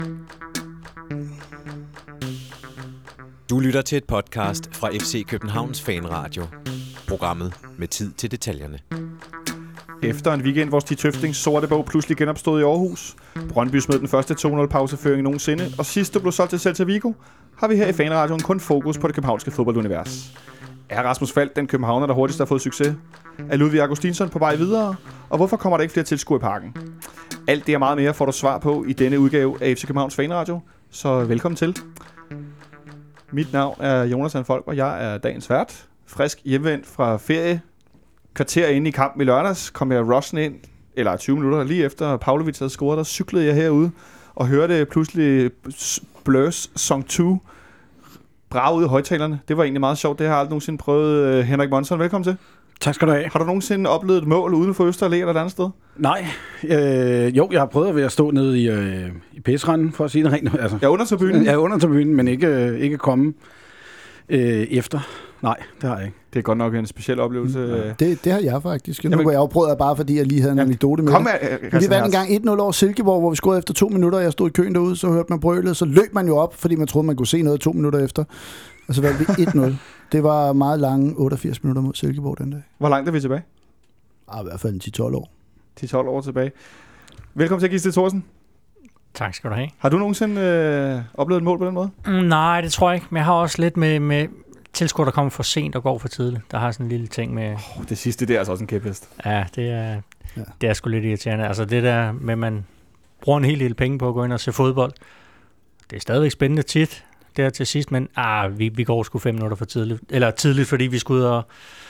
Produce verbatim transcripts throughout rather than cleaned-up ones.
Du lytter til et podcast fra F C Københavns Fanradio. Programmet med tid til detaljerne. Efter en weekend, hvor Stig Tøftings sorte bog pludselig genopstod i Aarhus, Brøndby smed den første to nul pauseføring nogensinde, og sidst du blev solgt til Celta Vigo, har vi her i Fanradioen kun fokus på det københavnske fodboldunivers. Er Rasmus Falk den københavner, der hurtigst har fået succes? Er Ludvig Augustinsson på vej videre? Og hvorfor kommer der ikke flere tilskuere i parken? Alt det og meget mere får du svar på i denne udgave af F C Københavns Fanradio, så velkommen til. Mit navn er Jonas Folk, og jeg er dagens vært. Frisk hjemvendt fra ferie. Kvarter inde i kampen i lørdags kom jeg Rossen ind, eller tyve minutter lige efter Pavlovic havde scoret, der cyklede jeg herude og hørte pludselig Blurs Song to brage ud i højtalerne. Det var egentlig meget sjovt. Det har jeg aldrig nogensinde prøvet. Henrik Monson, velkommen til. Tak skal du have. Har du nogensinde oplevet et mål uden for Øster Allé eller et andet sted? Nej. Øh, jo, jeg har prøvet at være stå nede i, øh, i pæsranden, for at sige det rent. Altså, ja, under tribunen. Ja, under tribunen, men ikke, øh, ikke komme øh, efter. Nej, det har jeg ikke. Det er godt nok en speciel oplevelse. Mm. Det, det har jeg faktisk. Nu Jamen, var jeg jo prøvet bare, fordi jeg lige havde en jamen, anekdote med kom det. Med, vi vandt en gang et nul over Silkeborg, hvor vi scorede efter to minutter, og jeg stod i køen derude, så hørte man brølet, så løb man jo op, fordi man troede, man kunne se noget to minutter efter. Og så valgte vi et nul. Det var meget lange otteogfirs minutter mod Silkeborg den dag. Hvor langt er vi tilbage? Ah, i hvert fald ti til tolv år. ti til tolv år tilbage. Velkommen til, Gisle Thorsen. Tak skal du have. Har du nogensinde øh, oplevet et mål på den måde? Mm, nej, det tror jeg ikke. Men jeg har også lidt med, med tilskuere, der kommer for sent og går for tidligt. Der har sådan en lille ting med... Oh, det sidste, det er altså også en kæphest. Ja, det er, ja. det er sgu lidt irriterende. Altså det der med, at man bruger en hel del penge på at gå ind og se fodbold. Det er stadigvæk spændende tit. Der til sidst, men ah, vi, vi går sgu fem minutter for tidligt. Eller tidligt, fordi vi skulle ud og,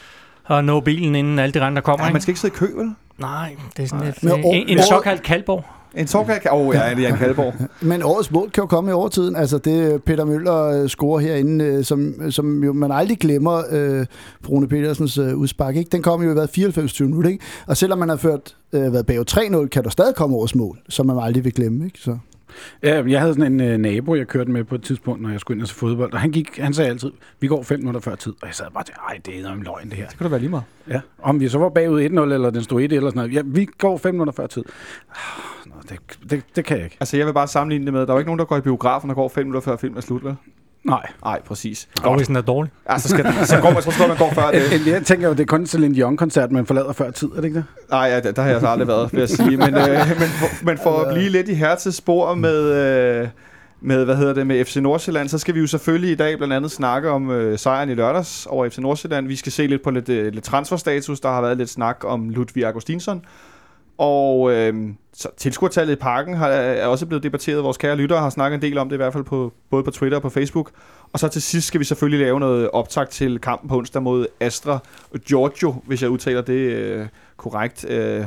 og nå bilen, inden alle de andre kommer. Ja, man skal ikke sidde i kø, vel? Nej, det er sådan lidt... Men, en, en, en såkaldt Kaldborg. En såkaldt... Åh, oh, ja, det er en Kaldborg. Men årets mål kan jo komme i overtiden. Altså det Peter Møller scorer herinde, som, som jo man aldrig glemmer, øh, Rune Petersens øh, udspark, ikke? Den kom jo i været fireoghalvfems tyve minutter, ikke? Og selvom man har ført øh, været bag tre nul, kan der stadig komme årets mål, som man aldrig vil glemme, ikke? Så... Ja, jeg havde sådan en øh, nabo, jeg kørte med på et tidspunkt, når jeg skulle ind og se fodbold, og han, gik, han sagde altid, vi går fem minutter før tid, og jeg sad bare til, ej, det er noget om løgn, det her. Det kan det være lige meget. Ja, om vi så var bagud et nul, eller den stod et eller sådan noget, ja, vi går fem minutter før tid. Nå, det, det, det kan jeg ikke. Altså, jeg vil bare sammenligne det med, der er jo ikke nogen, der går i biografen og går fem minutter før filmen er slut, vel? Nej. Nej, præcis. Og hvis den er dårlig. Ja, så, skal, så går man, så skal man gå før det. Jeg tænker jo, det er kun Celine Dion-koncert, man forlader før tid, er det ikke det? Nej, ja, der, der har jeg så aldrig været, vil jeg sige. Men, øh, men, for, men for at blive lidt i hertets spor med, øh, med, hvad hedder det, med F C Nordsjælland, så skal vi jo selvfølgelig i dag blandt andet snakke om øh, sejren i lørdags over F C Nordsjælland. Vi skal se lidt på lidt, øh, lidt transferstatus. Der har været lidt snak om Ludvig Augustinsson. Og øh, så tilskuertallet i parken har, er også blevet debatteret. Vores kære lyttere har snakket en del om det, i hvert fald på, både på Twitter og på Facebook. Og så til sidst skal vi selvfølgelig lave noget optakt til kampen på onsdag mod Astra Giorgio, hvis jeg udtaler det øh, korrekt, øh,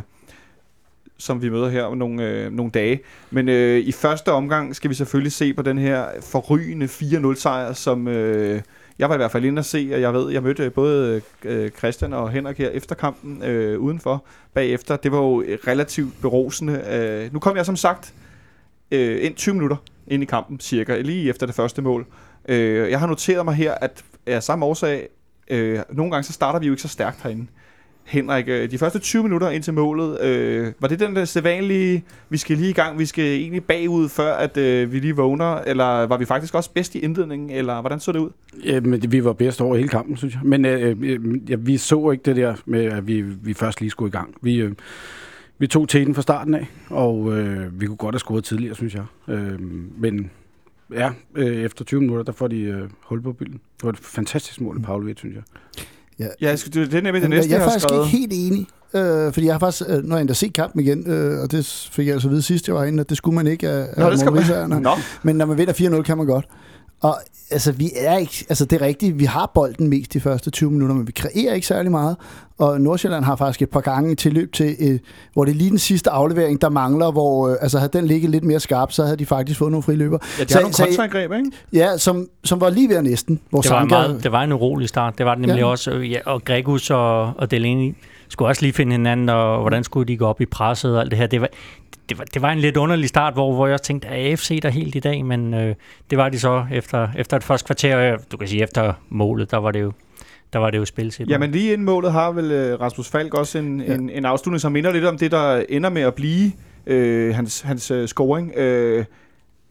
som vi møder her om nogle, øh, nogle dage. Men øh, i første omgang skal vi selvfølgelig se på den her forrygende fire nul sejr, som... Øh, Jeg var i hvert fald inde at se, og jeg ved, jeg mødte både øh, Christian og Henrik her efter kampen øh, udenfor, bagefter. Det var jo relativt berosende. Øh, nu kom jeg som sagt øh, ind tyve minutter ind i kampen, cirka, lige efter det første mål. Øh, jeg har noteret mig her, at af samme årsag, øh, nogle gange så starter vi jo ikke så stærkt herinde. Henrik, de første tyve minutter ind til målet, øh, var det den der sædvanlige, vi skal lige i gang, vi skal egentlig bagud, før at øh, vi lige vågner, eller var vi faktisk også bedst i indledningen, eller hvordan så det ud? Ja, men vi var bedst over hele kampen, synes jeg. Men øh, ja, vi så ikke det der med, at vi, vi først lige skulle i gang. Vi, øh, vi tog teten fra starten af, og øh, vi kunne godt have scoret tidligere, synes jeg. Øh, men ja, øh, efter tyve minutter, der får de øh, hul på bylden. Det var et fantastisk mål af Pavlovic, synes jeg. Ja, ja det er nemlig det næste, jeg, jeg er jeg har faktisk skrevet. ikke helt enig, øh, fordi jeg har faktisk, øh, når jeg endda set kampen igen, øh, og det fik jeg altså at vide sidst, jeg var inde, at det skulle man ikke af, Nå, af målridsagerne. Nå. Men når man vinder fire nul, kan man godt. Og altså, vi er ikke, altså det er rigtigt, vi har bolden mest de første tyve minutter, men vi kreerer ikke særlig meget. Og Nordsjælland har faktisk et par gange i tilløb til, øh, hvor det er lige den sidste aflevering, der mangler, hvor øh, altså havde den ligget lidt mere skarp, så havde de faktisk fået nogle friløber. Ja, de har nogle kontraangreb, ikke? Ja, som, som var lige ved næsten. Hvor det, var Sanka, meget, det var en urolig start, det var det nemlig ja. også, ja, og Gregus og, og Delaney skulle også lige finde hinanden, og hvordan skulle de gå op i presset og alt det her. Det var, det var, det var en lidt underlig start, hvor, hvor jeg også tænkte, er A F C der helt i dag? Men øh, det var de så efter, efter et første kvarter, du kan sige efter målet, der var det jo der var det jo spillet. Ja, men lige inden målet har vel Rasmus Falk også en, ja. en, en afslutning, som minder lidt om det, der ender med at blive øh, hans, hans uh, scoring. Øh,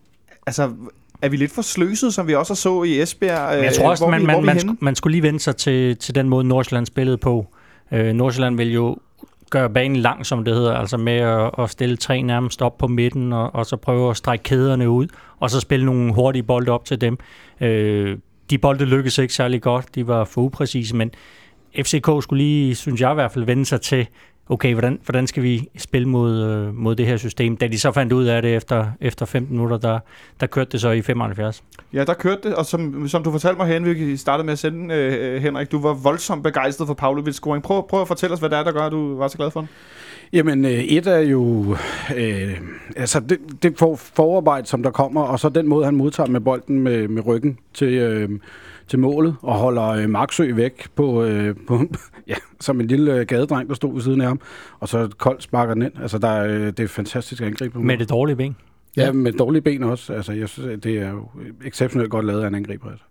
altså, er vi lidt for sløset, som vi også så i Esbjerg? Men jeg tror også, hvor man, vi, man, hvor man, vi sk- man skulle lige vende sig til, til den måde, Nordsjælland spillede på. Øh, Nordsjælland vil jo gøre banen lang, som det hedder, altså med at, at stille tre nærmest op på midten, og, og så prøve at strække kæderne ud, og så spille nogle hurtige bolde op til dem. Øh, de bolde lykkedes ikke særlig godt, de var for upræcise, men F C K skulle lige, synes jeg i hvert fald, vende sig til, okay, hvordan, hvordan skal vi spille mod, øh, mod det her system? Da de så fandt ud af det efter, efter femten minutter, der, der kørte det så i femoghalvfjerds. Ja, der kørte det, og som, som du fortalte mig hen, vi startede med at sende, øh, Henrik, du var voldsomt begejstret for Pavlovits scoring. Prøv, prøv at fortælle os, hvad det er, der gør, at du var så glad for den. Jamen, øh, et er jo øh, altså det, det for, forarbejde, som der kommer, og så den måde, han modtager med bolden med, med ryggen til, øh, til målet, og holder øh, Marksø væk på, øh, på ja, som en lille øh, gadedreng, der stod ved siden af ham, og så koldt sparker den ind. Altså, der er, øh, det er et fantastisk angreb. Med det dårlige ben. Ja, med dårlige ben også. Altså, jeg synes, det er jo exceptionelt godt lavet af en angriber. Altså.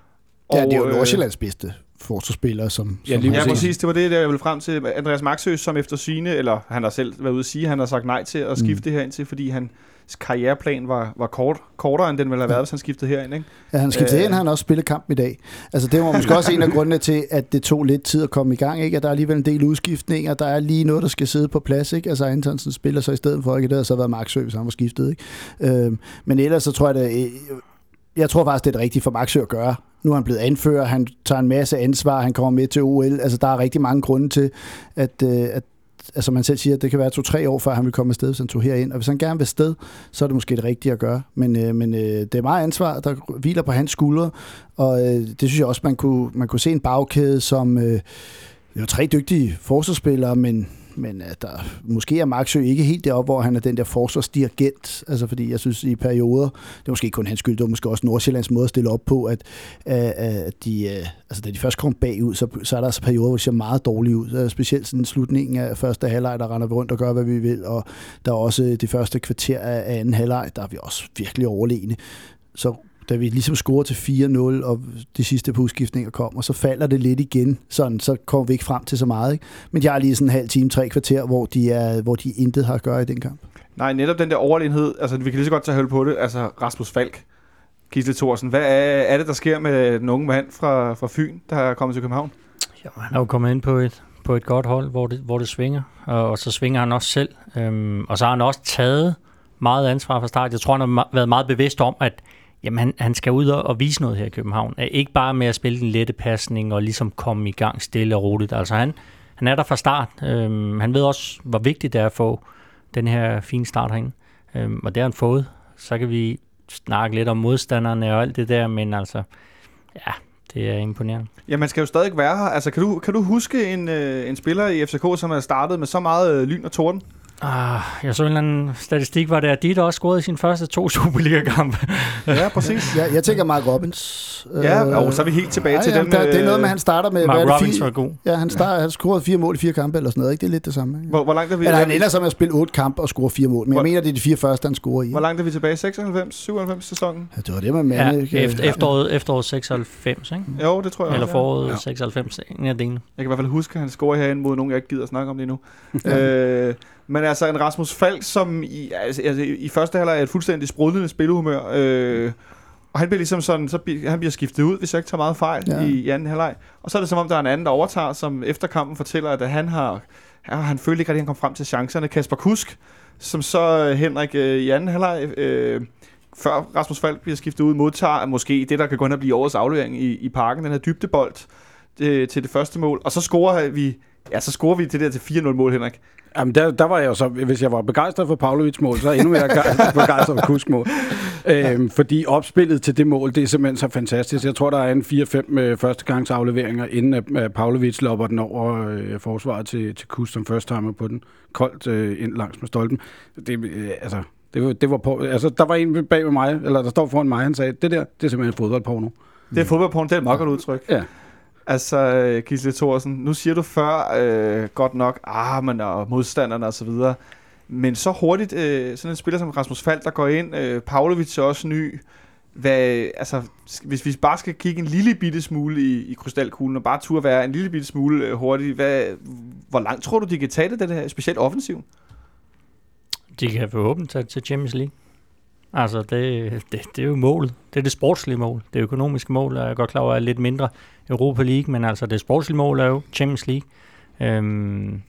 Ja, det er jo øh, Nordsjællands bedste forsvarsspillere, som... Ja, som lige Ja, præcis. præcis. Det var det, der jeg ville frem til. Andreas Marksø, som efter sine, eller han har selv været ude at sige, han har sagt nej til at skifte mm. herind til, fordi hans karriereplan var, var kort, kortere, end den ville have været, ja. hvis han skiftede herind, ikke? Ja, han skiftede Øh. ind, han har også spillet kampen i dag. Altså, det var måske også en af grundene til, at det tog lidt tid at komme i gang, ikke? At der er alligevel en del udskiftninger, der er lige noget, der skal sidde på plads, ikke? Altså, Antonsen spiller så i stedet for, ikke? Det havde så været Marksø, hvis han var skiftet, ikke? Øh, men ellers så tror jeg, det, jeg tror faktisk, det er det rigtige for Marksø at gøre. Nu er han blevet anfører, han tager en masse ansvar, han kommer med til O L. Altså, der er rigtig mange grunde til, at, at altså man selv siger, at det kan være to-tre år, før han vil komme afsted, hvis han tog herind. Og hvis han gerne vil afsted, så er det måske det rigtige at gøre. Men, øh, men øh, det er meget ansvar, der hviler på hans skuldre. Og øh, det synes jeg også, man kunne, man kunne se en bagkæde, som øh, det var tre dygtige forsvarsspillere, men men at der måske er Marksø ikke helt deroppe, hvor han er den der forsvarsdirigent, altså fordi jeg synes i perioder, det er måske kun hans skyld, det var måske også Nordsjællands måde at stille op på, at, at de, altså da de først kom bagud, så, så er der altså perioder, hvor det ser meget dårligt ud, specielt sådan slutningen af første halvleg, der render vi rundt og gør, hvad vi vil, og der er også det første kvarter af anden halvleg, der er vi også virkelig overlegne. Så da vi ligesom scorer til fire nul, og de sidste på udskiftninger kommer, så falder det lidt igen, sådan, så kommer vi ikke frem til så meget. Ikke? Men jeg har lige sådan en halv time, tre kvarter, hvor de, er, hvor de intet har at gøre i den kamp. Nej, netop den der overlegenhed, altså vi kan lige så godt tage høl på det, altså Rasmus Falk, Gisle Thorsen, hvad er, er det, der sker med den unge mand fra, fra Fyn, der er kommet til København? Jo, han er jo kommet ind på et, på et godt hold, hvor det, hvor det svinger, og, og så svinger han også selv, øhm, og så har han også taget meget ansvar fra start. Jeg tror, han har været meget bevidst om, at jamen, han, han skal ud og, og vise noget her i København. Ikke bare med at spille den lette pasning og ligesom komme i gang stille og roligt. Altså han, han er der fra start. Øhm, han ved også, hvor vigtigt det er at få den her fine start herinde. Øhm, og det har han fået. Så kan vi snakke lidt om modstanderne og alt det der, men altså, ja, det er imponerende. Ja, man skal jo stadig være her. Altså, kan du, kan du huske en, øh, en spiller i F C K, som har startet med så meget øh, lyn og torden? Ah, jeg så en eller anden statistik, var det, at Dieter også scorede i sin første to Superliga-kampe. Ja, præcis. jeg, jeg tænker Mark Robbins. Ja, og så er vi helt tilbage ja, til ja, den. Der, det er noget med, at han starter med... Mark hvad er det, Robbins fire, var god. Ja, han, starter, han scorede fire mål i fire kampe eller sådan noget, ikke? Det er lidt det samme. Ikke? Hvor, hvor langt er vi? Eller han ender så med at spille otte kampe og score fire mål, men hvor, jeg mener, det er de fire første, han scorer i. Hvor langt er vi tilbage? seksoghalvfems, syvoghalvfems sæsonen? Ja, det var det med Mande. Ja, efter, efteråret, efteråret seksoghalvfems, ikke? Jo, det tror jeg Eller også, foråret ja. seksoghalvfems, en af delene. Jeg kan i hvert fald huske, at han scorer herinde mod nogen, jeg ikke gider at snakke om lige nu. øh, men altså en Rasmus Falk, som i, altså, altså, i første halvleg er et fuldstændig sprudlende spillehumør. Øh, og han bliver ligesom sådan, så bliver, han bliver skiftet ud, hvis jeg ikke tager meget fejl, ja. i, i anden halvleg. Og så er det som om, der er en anden, der overtager, som efter kampen fortæller, at han har, han, han følte ikke, at han kom frem til chancerne. Kasper Kusk, som så Henrik øh, i anden halvleg, øh, før Rasmus Falk bliver skiftet ud, modtager måske det, der kan gå hen og blive årets aflevering i, i parken, den her dybdebold det, til det første mål. Og så scorer vi, ja, så scorer vi det der til fire nul mål, Henrik. Jamen, der, der var jeg jo så, hvis jeg var begejstret for Pavlovits mål, så er jeg endnu mere begejstret for Kusks mål. Øhm, fordi opspillet til det mål, det er simpelthen så fantastisk. Jeg tror, der er en fire-fem øh, førstegangsafleveringer, inden at, at Pavlovits lopper den over øh, forsvaret til, til Kusk som first timer på den. Koldt øh, ind langs med stolpen. Det, øh, altså, det, var, det var på, altså, der var en bag ved mig, eller der står foran mig, han sagde, det der, det er simpelthen fodboldporno. Det er fodboldporno, det er et meget godt udtryk. Ja. Altså, Gisle Thorsen, nu siger du før øh, godt nok, ah, men og modstanderne og så videre, men så hurtigt, øh, sådan en spiller som Rasmus Falk, der går ind, øh, Pavlovic er også ny, hvad, altså, hvis vi bare skal kigge en lille bitte smule i, i krystalkuglen, og bare turde være en lille bitte smule øh, hurtigt, hvad, hvor langt tror du, de kan tage det, det her, specielt offensiv? De kan forhåbentlig tage til Champions League. Altså, det, det, det er jo målet. Det er det sportslige mål. Det økonomiske mål er jeg godt klar over, er lidt mindre Europa League, men altså det sportslige mål er jo Champions League. Øhm,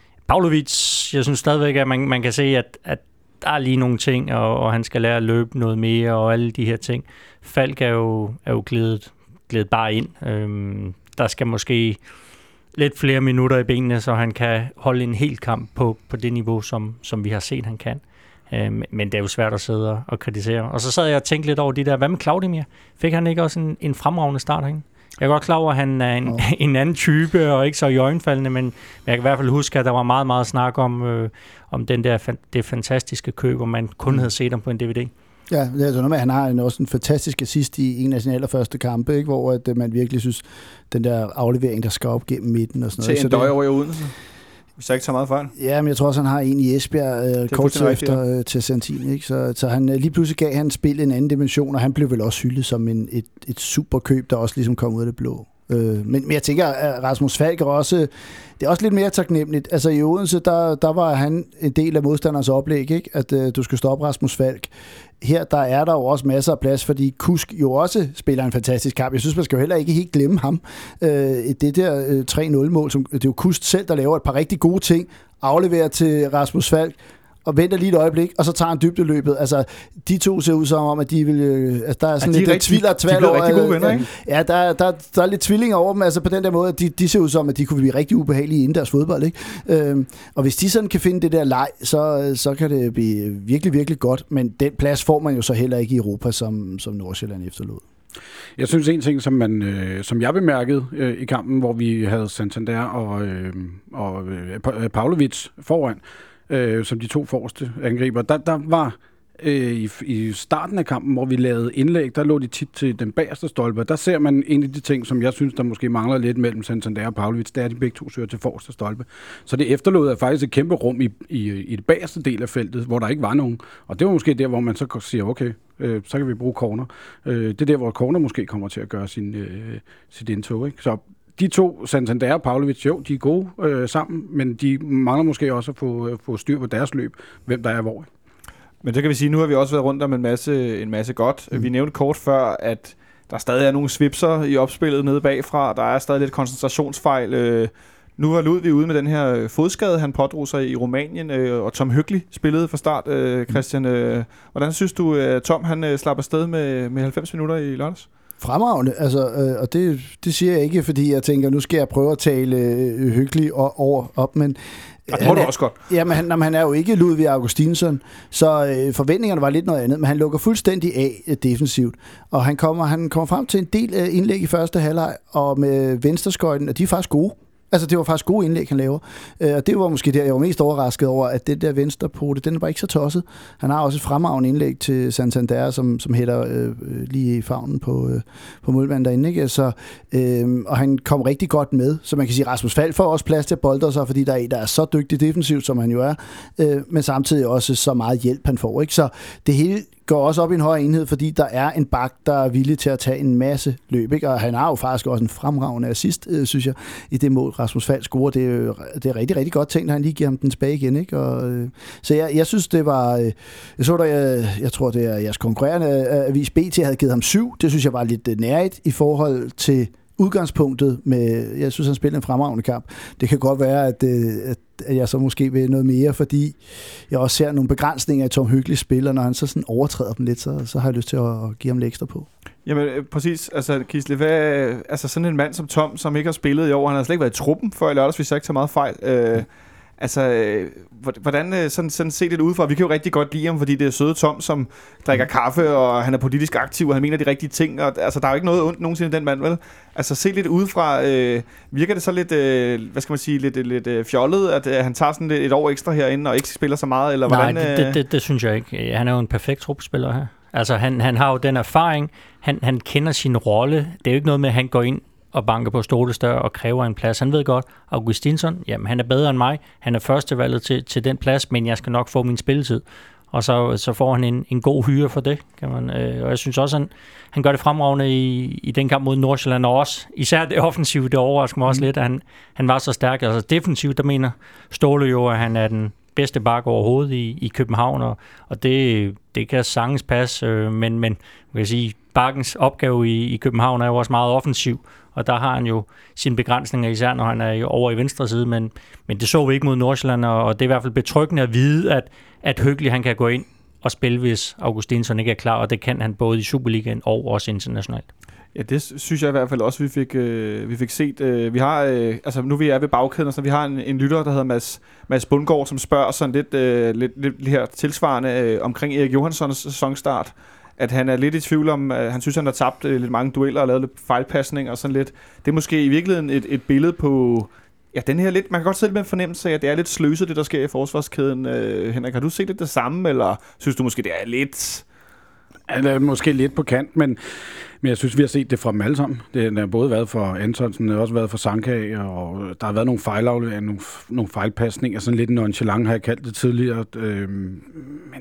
Pavlovic, jeg synes stadigvæk, at man, man kan se, at, at der er lige nogle ting, og, og han skal lære at løbe noget mere, og alle de her ting. Falk er jo, er jo glædet, glædet bare ind. Øhm, der skal måske lidt flere minutter i benene, så han kan holde en hel kamp på, på det niveau, som, som vi har set, han kan. Øhm, men det er jo svært at sidde og kritisere. Og så sad jeg og tænkte lidt over de der, hvad med Claudemir? Fik han ikke også en, en fremragende start herinde? Jeg er godt klar over, at han er en, oh. en anden type, og ikke så iøjnefaldende, men jeg kan i hvert fald huske, at der var meget, meget snak om, øh, om den der, det fantastiske køb, hvor man kun havde set ham på en D V D. Ja, det er sådan noget med, at han har en, også en fantastisk assist i en af sine allerførste kampe, ikke? Hvor at, man virkelig synes, den der aflevering, der skal op gennem midten og sådan noget. Til en døj over i Odense. Hvis jeg ikke tager meget fejl. Ja, men jeg tror også, han har en i Esbjerg øh, kort tid efter øh, til Santini. Ikke? Så, så han, lige pludselig gav han spil en anden dimension, og han blev vel også hyldet som en, et, et superkøb, der også ligesom kom ud af det blå. Øh, men, men jeg tænker, at Rasmus Falk er også, det er også lidt mere taknemmeligt. Altså i Odense, der, der var han en del af modstanders oplæg, ikke? At øh, du skal stoppe Rasmus Falk. Her der er der jo også masser af plads, fordi Kusk jo også spiller en fantastisk kamp. Jeg synes, man skal jo heller ikke helt glemme ham. Øh, det der øh, tre nul-mål, som, det er jo Kusk selv, der laver et par rigtig gode ting, afleverer til Rasmus Falk, og venter lige et øjeblik, og så tager han dybdeløbet. Altså, de to ser ud som om, at de vil... Altså, der er sådan ja, lidt tvivl og tvivl over... De rigtig gode venner, ikke? Ja, der, der, der er lidt tvillinger over dem, altså på den der måde, at de, de ser ud som, at de kunne blive rigtig ubehagelige inden deres fodbold, ikke? Øhm, og hvis de sådan kan finde det der leg, så, så kan det blive virkelig, virkelig godt. Men den plads får man jo så heller ikke i Europa, som, som Nordsjælland efterlod. Jeg synes en ting, som, man, øh, som jeg bemærkede øh, i kampen, hvor vi havde Santander og, øh, og øh, Pavlovic foran, Øh, som de to forreste angriber. Der, der var øh, i, i starten af kampen, hvor vi lavede indlæg, der lå de tit til den bagerste stolpe. Der ser man en af de ting, som jeg synes, der måske mangler lidt mellem Santander og Pavlovic, det er, at de begge to søger til forreste stolpe. Så det efterlod faktisk et kæmpe rum i, i, i det bagerste del af feltet, hvor der ikke var nogen. Og det var måske der, hvor man så siger, okay, øh, så kan vi bruge corner. Øh, det er der, hvor corner måske kommer til at gøre sin, øh, sit indtog. Ikke? Så de to, Santander og Pavlovic, jo, de er gode øh, sammen, men de mangler måske også at få, øh, få styr på deres løb, hvem der er hvor. Men det kan vi sige, nu har vi også været rundt om en masse, en masse godt. Mm. Vi nævnte kort før, at der stadig er nogle svipser i opspillet nede bagfra. Der er stadig lidt koncentrationsfejl. Øh, nu var Ludvig ude med den her fodskade, han pådrog sig i Rumænien, øh, og Tom Høgli spillede fra start, øh, Christian. Øh, hvordan synes du, at Tom han øh, slap afsted med, med halvfems minutter i lørdags? Fremragende, altså, øh, og det, det siger jeg ikke, fordi jeg tænker, nu skal jeg prøve at tale øh, hyggeligt over op, men... Og det må du også godt. Ja, men han, jamen, han er jo ikke Ludvig Augustinsson, så øh, forventningerne var lidt noget andet, men han lukker fuldstændig af øh, defensivt, og han kommer, han kommer frem til en del øh, indlæg i første halvleg, og med venstreskøjten, og de er faktisk gode. Altså, det var faktisk gode indlæg, han laver. Øh, og det var måske der, jeg var mest overrasket over, at den der venstrepote, den var ikke så tosset. Han har også et fremragende indlæg til Santander, som, som hætter øh, lige i favnen på, øh, på målmanden derinde. Ikke? Så, øh, og han kom rigtig godt med. Så man kan sige, at Rasmus Falk får også plads til at bolde sig, fordi der er en, der er så dygtig defensivt, som han jo er. Øh, men samtidig også så meget hjælp, han får. Ikke? Så det hele går også op i en højere enhed, fordi der er en bak, der er villig til at tage en masse løb, ikke? Og han har jo faktisk også en fremragende assist, øh, synes jeg, i det mål, Rasmus Falk scorer. Det er jo det er rigtig, rigtig godt tænkt, at han lige giver ham den tilbage igen, ikke? Og, øh, så jeg, jeg synes, det var... Øh, jeg så der, jeg, jeg tror, det er jeres konkurrerende avis B T havde givet ham syv. Det synes jeg var lidt nærigt i forhold til udgangspunktet med... Jeg synes, han spillede en fremragende kamp. Det kan godt være, at, at at jeg så måske vil noget mere, fordi jeg også ser nogle begrænsninger i Tom Høglis spil, og når han så sådan overtræder dem lidt, så, så har jeg lyst til at give ham lidt ekstra på. Jamen præcis, altså Kisle, hvad, altså sådan en mand som Tom, som ikke har spillet i år, han har slet ikke været i truppen før i lørdags, hvis jeg ikke tager meget fejl. Øh, altså, hvordan sådan, sådan set det udefra? Vi kan jo rigtig godt lide ham, fordi det er søde Tom, som drikker kaffe, og han er politisk aktiv, og han mener de rigtige ting, og altså, der er jo ikke noget ondt nogensinde i den mand, vel? Altså, se lidt udefra, øh, virker det så lidt, øh, hvad skal man sige, lidt, lidt øh, fjollet, at øh, han tager sådan lidt, et år ekstra herinde, og ikke spiller så meget, eller Nej, hvordan? Øh... det, det, det, det synes jeg ikke. Han er jo en perfekt trupspiller her. Altså, han, han har jo den erfaring, han, han kender sin rolle. Det er jo ikke noget med, at han går ind og banker på Stålestør og kræver en plads. Han ved godt, Augustinsson, jamen han er bedre end mig. Han er førstevalget til, til den plads, men jeg skal nok få min spilletid. Og så, så får han en, en god hyre for det, kan man. Øh, og jeg synes også, han, han gør det fremragende i, i den kamp mod Nordsjælland, og også især det offensive, det overrasker mig også mm. lidt, at han, han var så stærk. Altså defensivt, der mener Ståle jo, at han er den bedste bak overhovedet i, i København, og, og det, det kan sagtens passe, øh, men, men jeg kan sige, bakkens opgave i, i København er jo også meget offensiv, og der har han jo sine begrænsninger, især når han er over i venstre side, men, men det så vi ikke mod Nordsjælland, og det er i hvert fald betryggende at vide, at, at Høgli han kan gå ind og spille, hvis Augustinsson ikke er klar, og det kan han både i Superligaen og også internationalt. Ja, det synes jeg i hvert fald også, vi fik, øh, vi fik set. Øh, vi har, øh, altså nu vi er ved bagkæden, så vi har en, en lytter, der hedder Mads, Mads Bundgaard, som spørger sådan lidt, øh, lidt, lidt her tilsvarende øh, omkring Erik Johanssons sæsonstart, at han er lidt i tvivl om, at han synes, han har tabt øh, lidt mange dueller og lavet lidt fejlpasning og sådan lidt. Det er måske i virkeligheden et, et billede på, ja, den her lidt, man kan godt sidde med en fornemmelse af, at det er lidt sløset, det der sker i forsvarskæden. Øh, Henrik, har du set lidt det samme, eller synes du måske, det er lidt... Eller måske lidt på kant, men, men jeg synes, vi har set det fra dem alle sammen. Det har både været for Antonsen, det har også været for Sanka, og der har været nogle fejlafleveringer, nogle, nogle fejlpasninger, sådan lidt nonchalant har jeg kaldt det tidligere. Øh, men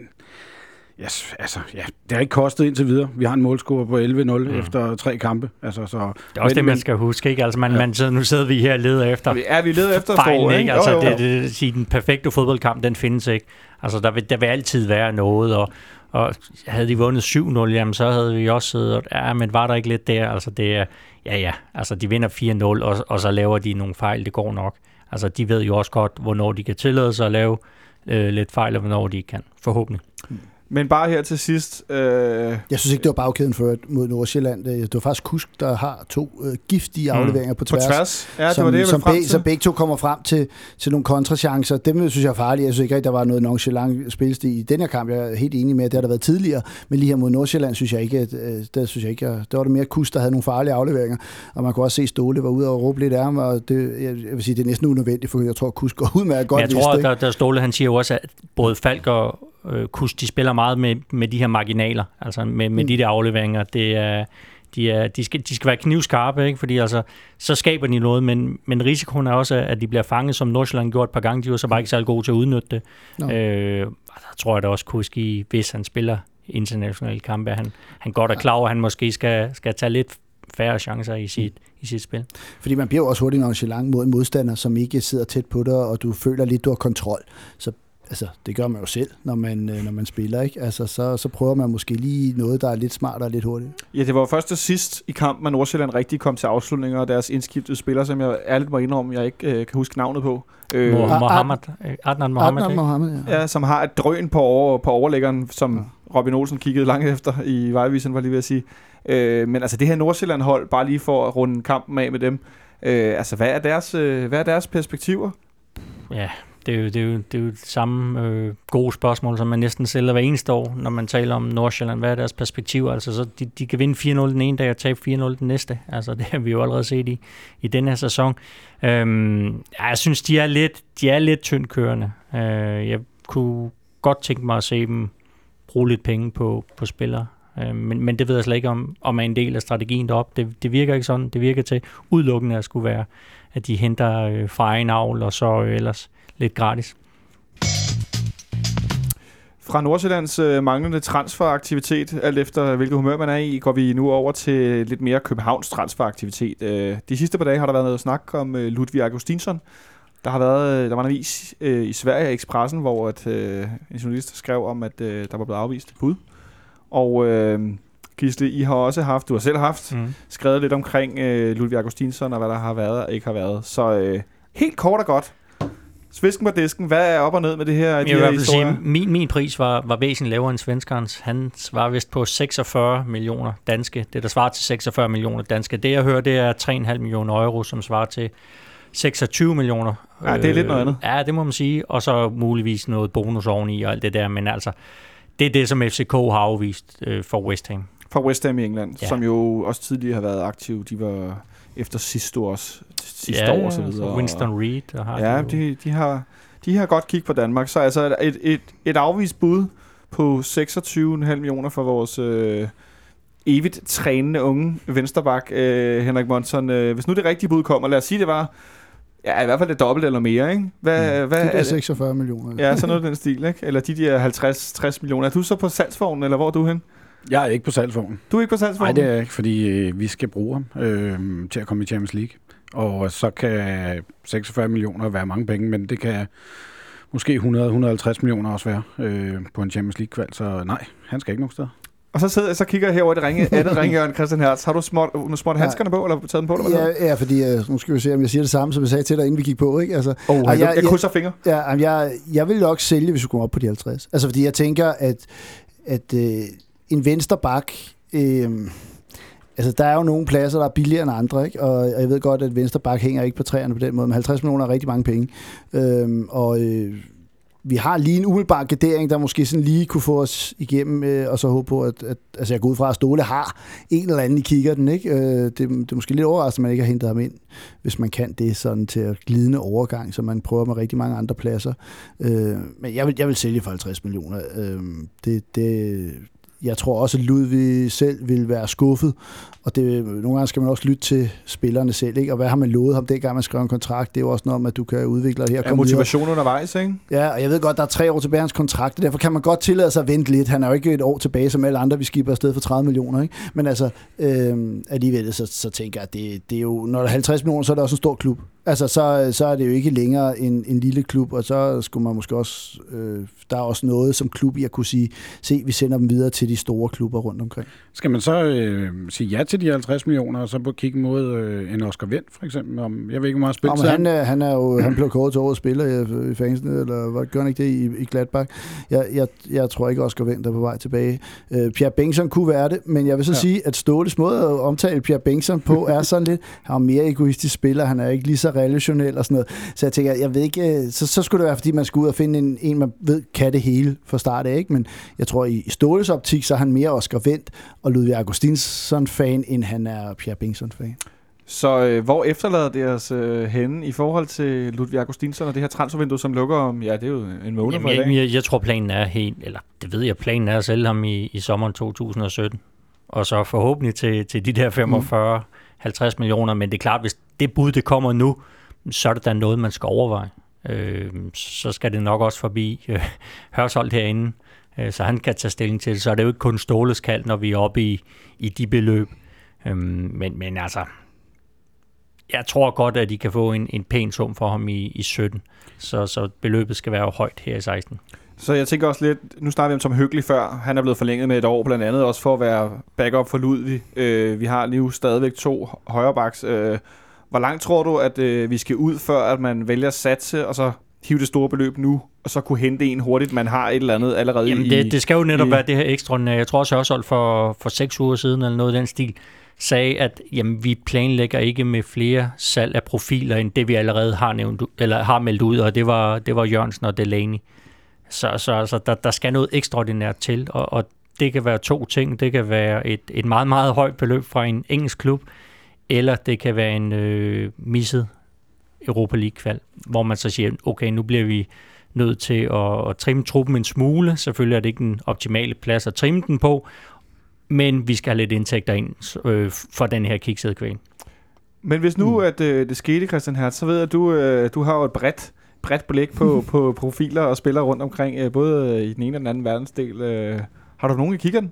yes, altså, ja, det har ikke kostet indtil videre. Vi har en målscore på elleve nul mm. efter tre kampe. Altså, så, det er også men, det, man skal huske, ikke? Altså, man, ja. man sidder, nu sidder vi her og leder efter ja, vi leder efter fejlen, ikke? Altså, jo, jo, jo. Det, det, det, den perfekte fodboldkamp, den findes ikke. Altså, der vil, der vil altid være noget, og Og havde de vundet syv nul, jamen så havde vi også siddet, og, ja, men var der ikke lidt der? Altså det er, ja ja, altså de vinder fire nul, og, og så laver de nogle fejl, det går nok. Altså de ved jo også godt, hvornår de kan tillade sig at lave øh, lidt fejl, og hvornår de ikke kan, forhåbentlig. Men bare her til sidst... Øh... Jeg synes ikke, det var bagkæden for mod Nordsjælland. Det var faktisk Kusk, der har to øh, giftige afleveringer mm. på tværs. På tværs? Ja, som, det var det, som frem be, til. Så begge to kommer frem til, til nogle kontrachancer. Dem synes jeg er farlige. Jeg synes ikke, at der var noget nonchalant spilstil i den her kamp. Jeg er helt enig med, at det har der været tidligere. Men lige her mod Nordsjælland, synes jeg ikke, at, der, synes jeg ikke, at, der var det mere Kusk, der havde nogle farlige afleveringer. Og man kunne også se, Ståle var ude og råbe lidt af ham. Og det, jeg, jeg vil sige, det er næsten unødvendigt, for jeg tror, at Kusk går ud med at godt jeg tror, at der, der Ståle, han siger jo også, at både Falk og øh, Kusk, de spiller meget med, med de her marginaler, altså med, med mm. de der afleveringer. Det er, de, er, de, skal, de skal være knivskarpe, ikke? Fordi altså, så skaber de noget, men, men risikoen er også, at de bliver fanget, som Nordsjælland gjort et par gange. De var så bare ikke særlig gode til at udnytte det. No. Øh, der tror jeg da også, Kusk, hvis han spiller internationale kampe, han, han godt er klar over, at han måske skal, skal tage lidt færre chancer i sit, i sit spil. Fordi man bliver jo også hurtigt nonchalant mod en modstander, som ikke sidder tæt på dig, og du føler lidt, du har kontrol. Så altså, det gør man jo selv, når man, når man spiller, ikke? Altså, så, så prøver man måske lige noget, der er lidt smartere og lidt hurtigt. Ja, det var først og sidst i kampen, at Nordsjælland rigtig kom til afslutninger, og deres indskiftede spillere, som jeg ærligt må indrømme, jeg ikke øh, kan huske navnet på. Øh, Mohammed. Adnan Mohammed. Adnan Mohammed, ja. Ja, som har et drøn på, over, på overlæggeren, som ja. Robin Olsen kiggede langt efter i vejviseren, var lige ved at sige. Øh, men altså det her Nordsjælland-hold, bare lige for at runde kampen af med dem, øh, altså hvad er deres, øh, hvad er deres perspektiver? Ja, det er jo det, er jo, det, er jo det samme øh, gode spørgsmål, som man næsten stiller hver eneste år, når man taler om Nordsjælland. Hvad er deres perspektiver? Altså, så de, de kan vinde fire nul den ene dag og tabe fire nul den næste. Altså, det har vi jo allerede set i, i den her sæson. Øhm, ja, jeg synes, de er lidt, de er lidt tyndt kørende. Øh, jeg kunne godt tænke mig at se dem bruge lidt penge på, på spillere. Øh, men, men det ved jeg slet ikke, om, om er en del af strategien deroppe. Det, det virker ikke sådan. Det virker til udelukkende at skulle være, at de henter øh, fra egen avl, og så øh, ellers lidt gratis. Fra Nordsjællands øh, manglende transferaktivitet, alt efter hvilket humør man er i, går vi nu over til lidt mere Københavns transferaktivitet. Øh, de sidste par dage har der været noget snak om øh, Ludvig Augustinsson. Der har været, der var en avis øh, i Sverige, Expressen, hvor at, øh, en journalist skrev om, at øh, der var blevet afvist bud. Og øh, Gisle, I har også haft, du har selv haft, mm. skrevet lidt omkring øh, Ludvig Augustinsson og hvad der har været og ikke har været. Så øh, helt kort og godt. Svisken på disken, hvad er op og ned med det her? Jeg vil i hvert fald sige, min, min pris var, var væsentligt lavere end svenskerens. Han var vist på seksogfyrre millioner danske. Det, der svarer til seksogfyrre millioner danske. Det, jeg hører, det er tre komma fem millioner euro, som svarer til seksogtyve millioner. Ja, det er lidt noget andet. Ja, det må man sige. Og så muligvis noget bonus oveni og alt det der. Men altså, det er det, som F C K har afvist øh, for West Ham. For West Ham i England, ja. Som jo også tidligere har været aktiv. De var efter sidste år, sidste ja, år og så videre. Winston Reed. Der har ja, de, de, har, de har godt kig på Danmark. Så altså et, et, et afvist bud på seksogtyve komma fem millioner for vores øh, evigt trænende unge vensterbak, øh, Henrik Monson. Øh, hvis nu det rigtige bud kommer, lad os sige, det var ja, i hvert fald det dobbelt eller mere, ikke? Hvad, ja, hvad det er seksogfyrre millioner. Ja, sådan noget den stil, ikke? Eller de der halvtreds til tres millioner. Er du så på salgsvognen, eller hvor er du hen? Jeg er ikke på salgsvognen. Du er ikke på salgsvognen? Nej, det er ikke, fordi øh, vi skal bruge ham øh, til at komme i Champions League. Og så kan seksogfyrre millioner være mange penge, men det kan måske hundrede til hundrede og halvtreds millioner også være øh, på en Champions League-kval, så nej, han skal ikke nogen sted. Og så, sidder, så kigger jeg herover i det ringe, andet ringhjørne, Christian Hertz. Har du småt, småt handskerne på, eller taget dem på? Eller ja, ja, fordi uh, nu skal vi se, om jeg siger det samme, som jeg sagde til dig, inden vi gik på. Ikke? Altså, oh, jeg, jeg, jeg krydser fingre. Ja, jeg, jeg vil nok sælge, hvis vi kommer op på de halvtreds. Altså, fordi jeg tænker, at, at øh, en venstre bak... Øh, altså, der er jo nogle pladser, der er billigere end andre, ikke? Og, og jeg ved godt, at venstre bak hænger ikke på træerne på den måde, men halvtreds millioner er rigtig mange penge. Øh, og... Øh, vi har lige en umiddelbar gardering, der måske sådan lige kunne få os igennem, øh, og så håbe på, at, at altså jeg går ud fra, at Ståle har en eller anden i kikkerten, ikke? Øh, det, det er måske lidt overraskende, at man ikke har hentet ham ind, hvis man kan det sådan til at glidende overgang, så man prøver med rigtig mange andre pladser. Øh, men jeg vil, jeg vil sælge for halvtreds millioner. Øh, det, det, jeg tror også, at Ludvig selv vil være skuffet, og det, nogle gange skal man også lytte til spillerne selv, ikke? Og hvad har man lovet ham, dengang man skrev en kontrakt? Det er jo også noget om, at du kan udvikle det her. Ja, motivation videre. Undervejs, ikke? Ja, og jeg ved godt, der er tre år tilbage hans kontrakt, derfor kan man godt tillade sig at vente lidt. Han er jo ikke et år tilbage, som alle andre, vi skipper afsted for tredive millioner, ikke? Men altså, øh, alligevel, så, så tænker jeg, at det, det er jo, når der er halvtreds millioner, så er det også en stor klub. Altså, så, så er det jo ikke længere en, en lille klub, og så skulle man måske også, øh, der er også noget som klub i at kunne sige, se, vi sender dem videre til de store klubber rundt omkring. Skal man så øh, sige ja til de halvtreds millioner, og så på kigge mod øh, en Oscar Wendt, for eksempel? Om, jeg ved ikke, hvor meget spil han, han, han er jo, han blev kåret til årets spiller i, i fængslen, eller hvad, gør han ikke det i, i Gladbach? Jeg, jeg, jeg tror ikke, Oscar Wendt er på vej tilbage. Øh, Pierre Bengtsson kunne være det, men jeg vil så ja. sige, at Ståles måde at omtale Pierre Bengtsson på er sådan lidt, han er mere egoistisk spiller, han er ikke lige så relationel og sådan noget. Så jeg tænker, jeg ved ikke, så, så skulle det være, fordi man skulle ud og finde en, en man ved, kan det hele fra start af, ikke? Men jeg tror, i Ståles optik, så er han mere Oscar Wendt og Ludvig Augustinsson-fan, end han er Pierre Bengtsson-fan. Så øh, hvor efterlader det os øh, henne i forhold til Ludvig Augustinsson og det her transfervindue, som lukker om, ja, det er jo en måned for i dag? Jeg, jeg tror, planen er helt, eller det ved jeg, planen er at sælge ham i, i sommeren to tusind og sytten. Og så forhåbentlig til, til de der femogfyrre til halvtreds millioner, men det er klart, hvis det bud, det kommer nu, så er det da noget, man skal overveje. Øh, så skal det nok også forbi øh, Hørsholt herinde, øh, så han kan tage stilling til det. Så er det jo ikke kun Ståles kald, når vi er oppe i, i de beløb. Øh, men, men altså, jeg tror godt, at de kan få en, en pæn sum for ham i, i sytten. Så, så beløbet skal være højt her i seksten. Så jeg tænker også lidt, nu snakker vi om Tom Høgli før, han er blevet forlænget med et år, blandt andet også for at være backup for Ludvig. Øh, vi har lige stadigvæk to højrebacks. Øh, hvor langt tror du, at øh, vi skal ud, før at man vælger at satse, og så hive det store beløb nu, og så kunne hente en hurtigt, man har et eller andet allerede? Jamen, i... det, det skal jo netop i, være det her ekstra. Jeg tror også, Hørsholt for, for seks uger siden, eller noget i den stil, sagde, at jamen, vi planlægger ikke med flere salg af profiler, end det vi allerede har nævnt, eller har meldt ud, og det var, det var Jørgensen og Delaney. Så, så altså, der, der skal noget ekstraordinært til, og, og det kan være to ting. Det kan være et, et meget, meget højt beløb fra en engelsk klub, eller det kan være en øh, misset Europa League-kval, hvor man så siger, okay, nu bliver vi nødt til at, at trimme truppen en smule. Selvfølgelig er det ikke den optimale plads at trimme den på, men vi skal have lidt indtægter ind øh, for den her kiksede kvæl. Men hvis nu mm. at øh, det skete, Christian Hertz, så ved jeg, at du, øh, du har jo et bredt, bredt blik på, på profiler og spillere rundt omkring, øh, både i den ene og den anden verdensdel. Øh, har du nogen i kiggerten?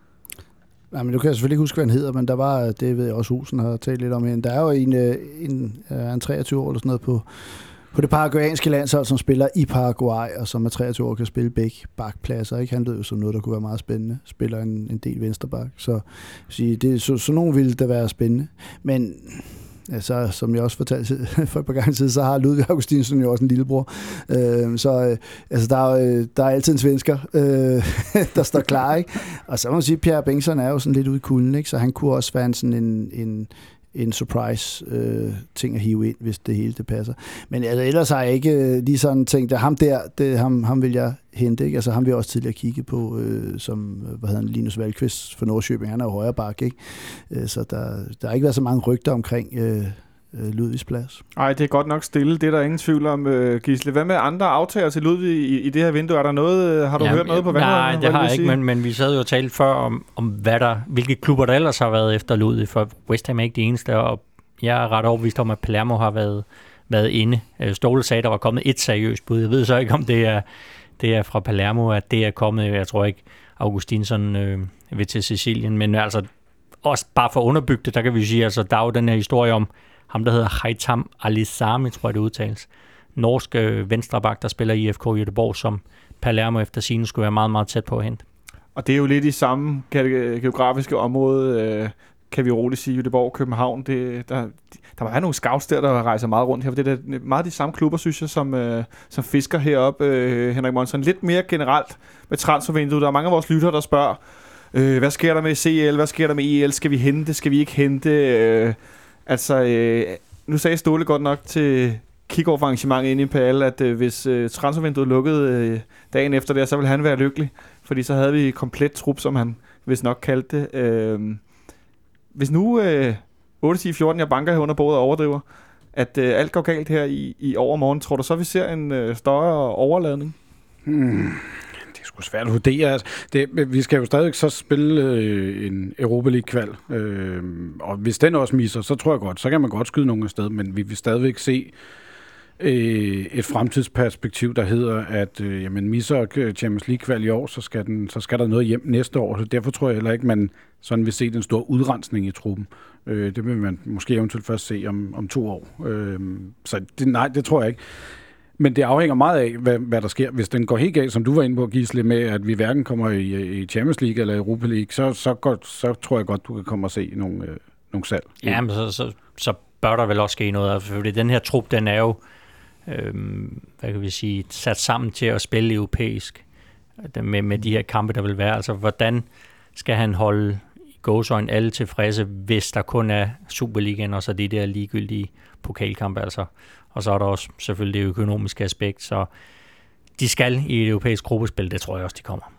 Nej, men du kan jeg selvfølgelig ikke huske, hvad han hedder, men der var, det ved jeg også, Husen har talt lidt om, en, der er jo en, en, en treogtyve år eller sådan noget på, på det paraguayanske landshold, som spiller i Paraguay, og som er treogtyve år kan spille begge bakpladser. Ikke? Han lød jo som noget, der kunne være meget spændende. Spiller en, en del vensterbak. Så, det, så, så nogen ville det være spændende. Men altså, som jeg også fortalte for et par gange siden, så har Ludvig Augustinsson jo også en lillebror. Øh, så øh, altså, der, er, der er altid en svensker, øh, der står klar. Ikke? Og så må man sige, at Pierre Bengtsson er jo sådan lidt ude i kulden, ikke? Så han kunne også være en sådan en... en en surprise øh, ting at hive ind, hvis det hele det passer. Men altså, ellers har jeg ikke lige sådan tænkt, at ham der, det, ham, ham vil jeg hente, ikke? Altså ham vil jeg også tidligere kigge på, øh, som, hvad hedder han, Linus Valkvist for Nordsjøbing, han er jo højre bak, ikke? Øh, så der, der har ikke været så mange rygter omkring øh, Ludvigs plads. Nej, det er godt nok stille, det er der ingen tvivl om, øh, Gisle. Hvad med andre aftager til Ludvig i, i det her vindue? Er der noget, har du ja, hørt noget på vandrøden? Nej, det har jeg ikke, men, men vi sad jo og talte før om, om hvad der, hvilke klubber der ellers har været efter Ludvig, for West Ham er ikke de eneste, og jeg er ret overbevist om, at Palermo har været, været inde. Ståle sagde, der var kommet et seriøst bud. Jeg ved så ikke, om det er, det er fra Palermo, at det er kommet. Jeg tror ikke, Augustinsson øh, vil til Sicilien, men altså også bare for underbygget det, der kan vi sige, altså der er jo den her historie om ham, der hedder Haitham Alisami, tror jeg det udtales, norsk øh, venstreback, der spiller i F K Göteborg, som Palermo efter sigende skulle være meget, meget tæt på at hente. Og det er jo lidt i samme geografiske område, øh, kan vi roligt sige, Göteborg, København. Det, der, der var nogle scouts der, der rejser meget rundt her, for det er meget de samme klubber, synes jeg, som, øh, som fisker heroppe. Øh, Henrik Monson, lidt mere generelt med transfervinduet. Der er mange af vores lyttere, der spørger, øh, hvad sker der med C L, hvad sker der med E L, skal vi hente, skal vi ikke hente? Øh, altså, øh, nu sagde Ståle godt nok til kick-off arrangementet inde i P L, at øh, hvis øh, transfervinduet lukkede øh, dagen efter det, så ville han være lykkelig, fordi så havde vi komplet trup, som han vist nok kaldte det. Øh, hvis nu øh, otte ti fjorten jeg banker her under bordet og overdriver, at øh, alt går galt her i, i overmorgen, tror du så, vi ser en øh, større overladning? Hmm. Det er sgu svært at vurdere. Det, vi skal jo stadig så spille øh, en Europa League-kval, øh, og hvis den også misser, så tror jeg godt, så kan man godt skyde nogen afsted, men vi vil stadigvæk se et fremtidsperspektiv, der hedder, at øh, jamen, misser Champions League-kval i år, så skal, den, så skal der noget hjem næste år. Så derfor tror jeg heller ikke, man sådan vil se den store udrensning i truppen. Øh, det vil man måske eventuelt først se om, om to år. Øh, så det, nej, det tror jeg ikke. Men det afhænger meget af, hvad, hvad der sker. Hvis den går helt galt, som du var inde på, Gisle, med, at vi hverken kommer i, i Champions League eller Europa League, så, så, godt, så tror jeg godt, du kan komme og se nogle, øh, nogle salg. Ja, men så, så, så bør der vel også ske noget. Fordi den her trup, den er jo Øhm, hvad kan vi sige, sat sammen til at spille europæisk med, med de her kampe, der vil være. Altså, hvordan skal han holde i gåseøjne alle tilfredse, hvis der kun er Superligaen, og så de der ligegyldige pokalkampe, altså. Og så er der også selvfølgelig det økonomiske aspekt, så de skal i et europæisk gruppespil, det tror jeg også, de kommer.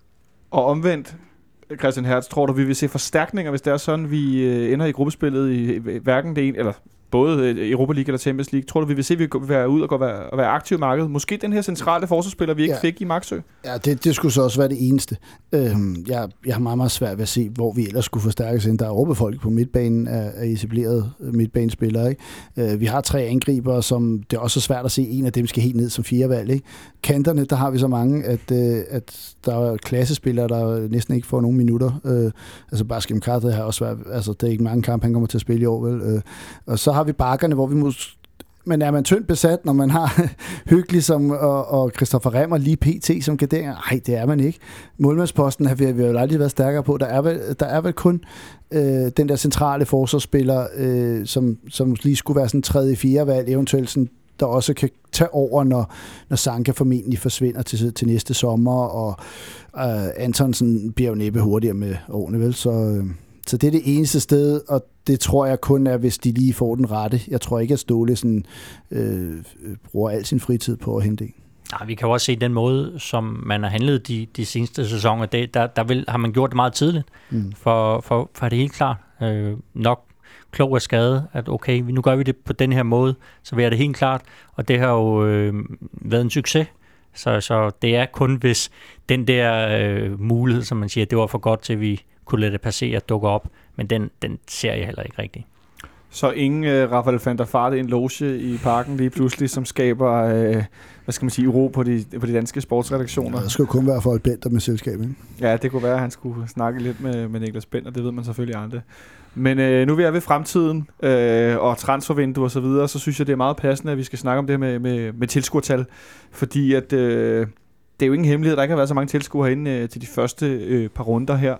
Og omvendt, Christian Hertz, tror du, vi vil se forstærkninger, hvis det er sådan, vi ender i gruppespillet i hverken det ene, eller både Europa League eller Champions League? Tror du, vi vil se, at vi vil være ud og, gå være, og være aktive i markedet? Måske den her centrale forsvarsspiller, vi ikke ja. fik i Maxø? Ja, det, det skulle så også være det eneste. Øhm, jeg, jeg har meget, meget svært ved at se, hvor vi ellers skulle forstærkes ind. Der er overbefolket på midtbanen af, af etablerede midtbanespillere. Ikke? Øh, vi har tre angriber, som det er også svært at se. En af dem skal helt ned som fjerdevalg. Ikke? Kanterne, der har vi så mange, at, øh, at der er klassespillere, der næsten ikke får nogen minutter. Øh, altså Baskem McCarthy har også været, altså det er ikke mange kampe, han kommer til at spille i år, vel? Øh, og så har vi bakkerne, hvor vi måske... Men er man tyndt besat, når man har Hyggelig som, og, og Christopher Remmer lige P T som garderinger? Nej, det er man ikke. Målmandsposten har vi, vi har jo aldrig været stærkere på. Der er vel, der er vel kun øh, den der centrale forsvarsspiller, øh, som, som lige skulle være sådan tredje, fjerde valg, eventuelt sådan, der også kan tage over, når, når Sanka formentlig forsvinder til, til næste sommer, og øh, Antonsen bliver jo næppe hurtigere med årene, vel? Så... Øh, Så det er det eneste sted, og det tror jeg kun er, hvis de lige får den rette. Jeg tror ikke, at Ståle sådan, øh, bruger al sin fritid på at hente en. Nej, vi kan jo også se den måde, som man har handlet de, de seneste sæsoner. Det, der der vil, har man gjort det meget tidligt, mm. for, for, for det er helt klart. Øh, nok klog af skade, at okay, nu gør vi det på den her måde, så vil det helt klart. Og det har jo øh, været en succes. Så, så det er kun, hvis den der øh, mulighed, som man siger, det var for godt til, vi kunne lade det passere at dukke op, men den, den ser jeg heller ikke rigtigt. Så ingen uh, Rafael van der Vaart i en loge i parken lige pludselig, som skaber, uh, hvad skal man sige, uro på de, på de danske sportsredaktioner? Ja, det skulle kun være for et Bender med selskabet. Ja, det kunne være, at han skulle snakke lidt med, med Niklas Bender, det ved man selvfølgelig aldrig. Men øh, nu er vi er ved fremtiden øh, og transfervindue og så videre, så synes jeg, det er meget passende, at vi skal snakke om det her med, med, med tilskuertal, fordi at, øh, det er jo ingen hemmelighed, der ikke har været så mange tilskuere herinde øh, til de første øh, par runder her.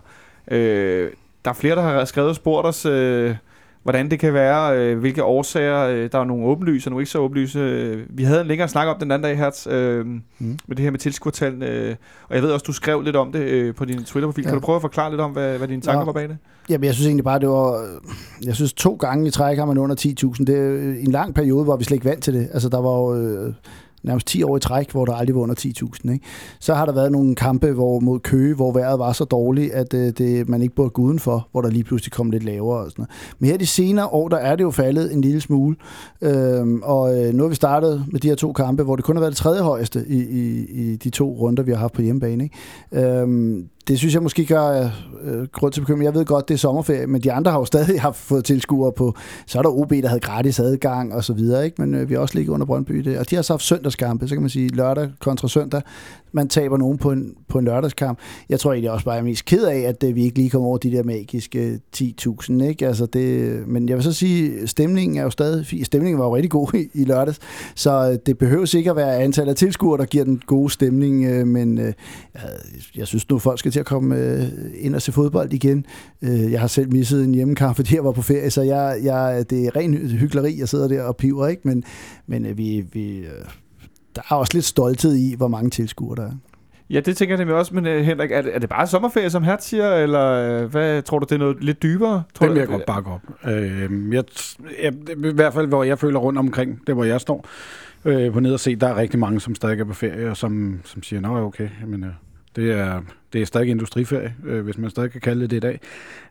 Øh, der er flere, der har skrevet og spurgt os, øh, hvordan det kan være, øh, hvilke årsager, øh, der er nogle åbenlyse og nogle ikke så åbenlyse. Øh, vi havde en længere snak om den anden dag, Hertz, øh, mm. med det her med tilskuertal, øh, og jeg ved også, du skrev lidt om det øh, på din Twitter-profil. Ja. Kan du prøve at forklare lidt om, hvad, hvad dine tanker ja. var bag det? Jamen, jeg synes egentlig bare, det var... Jeg synes, to gange i træk har man under ti tusind. Det er en lang periode, hvor vi slet ikke vant til det. Altså, der var jo... Øh, nærmest ti år i træk, hvor der aldrig var under ti tusind. Ikke? Så har der været nogle kampe hvor, mod Køge, hvor vejret var så dårligt, at øh, det, man ikke burde gå udenfor, hvor der lige pludselig kom lidt lavere. Og sådan noget. Men her de senere år, der er det jo faldet en lille smule. Øhm, og øh, nu har vi startet med de her to kampe, hvor det kun har været det tredje højeste i, i, i de to runder, vi har haft på hjemmebane. Ikke? Øhm, det synes jeg måske gør øh, grund til bekymring. Jeg ved godt, det er sommerferie, men de andre har jo stadig haft fået tilskuere på. Så er der O B, der havde gratis adgang og så videre, ikke? Men øh, vi har også ligget under Brøndby det. Og de har så haft søndagskampe, så kan man sige lørdag kontra søndag. man taber nogen på en, på en lørdagskamp. Jeg tror egentlig også bare, jeg er mest ked af, at uh, vi ikke lige kommer over de der magiske ti tusind. Ikke? Altså det, men jeg vil så sige, stemningen er jo stadig... Stemningen var jo rigtig god i, i lørdags, så uh, det behøver ikke at være antallet af tilskuere, der giver den gode stemning, uh, men uh, jeg synes nu, folk skal til at komme uh, ind og se fodbold igen. Uh, jeg har selv misset en hjemmekamp, fordi jeg var på ferie, så jeg, jeg, det er ren hykleri, jeg sidder der og piver, ikke? Men, men uh, vi... vi uh, der er også lidt stolthed i, hvor mange tilskuere der er. Ja, det tænker jeg nemlig også, men uh, Henrik, er det, er det bare sommerferie, som Hertz siger, eller uh, hvad tror du, det er noget lidt dybere? Tror det vil jeg du, godt bakke op. Øh, jeg, jeg, I hvert fald, hvor jeg føler rundt omkring, det hvor jeg står øh, på ned og se, der er rigtig mange, som stadig er på ferie, og som, som siger, nå okay, men, øh, det, er, det er stadig industriferie, øh, hvis man stadig kan kalde det det i dag.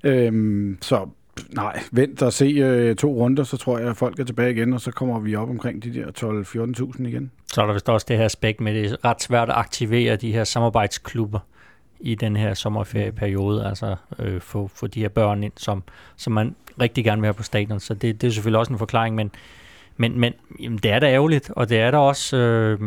Øh, så nej, vent og se øh, to runder, så tror jeg, at folk er tilbage igen, og så kommer vi op omkring de der tolv til fjorten tusind igen. Så er der vist også det her aspekt med, det er ret svært at aktivere de her samarbejdsklubber i den her sommerferieperiode, altså øh, få, få de her børn ind, som, som man rigtig gerne vil have på stadion. Så det, det er selvfølgelig også en forklaring, men, men, men jamen, det er da ærgerligt, og det er da også øh,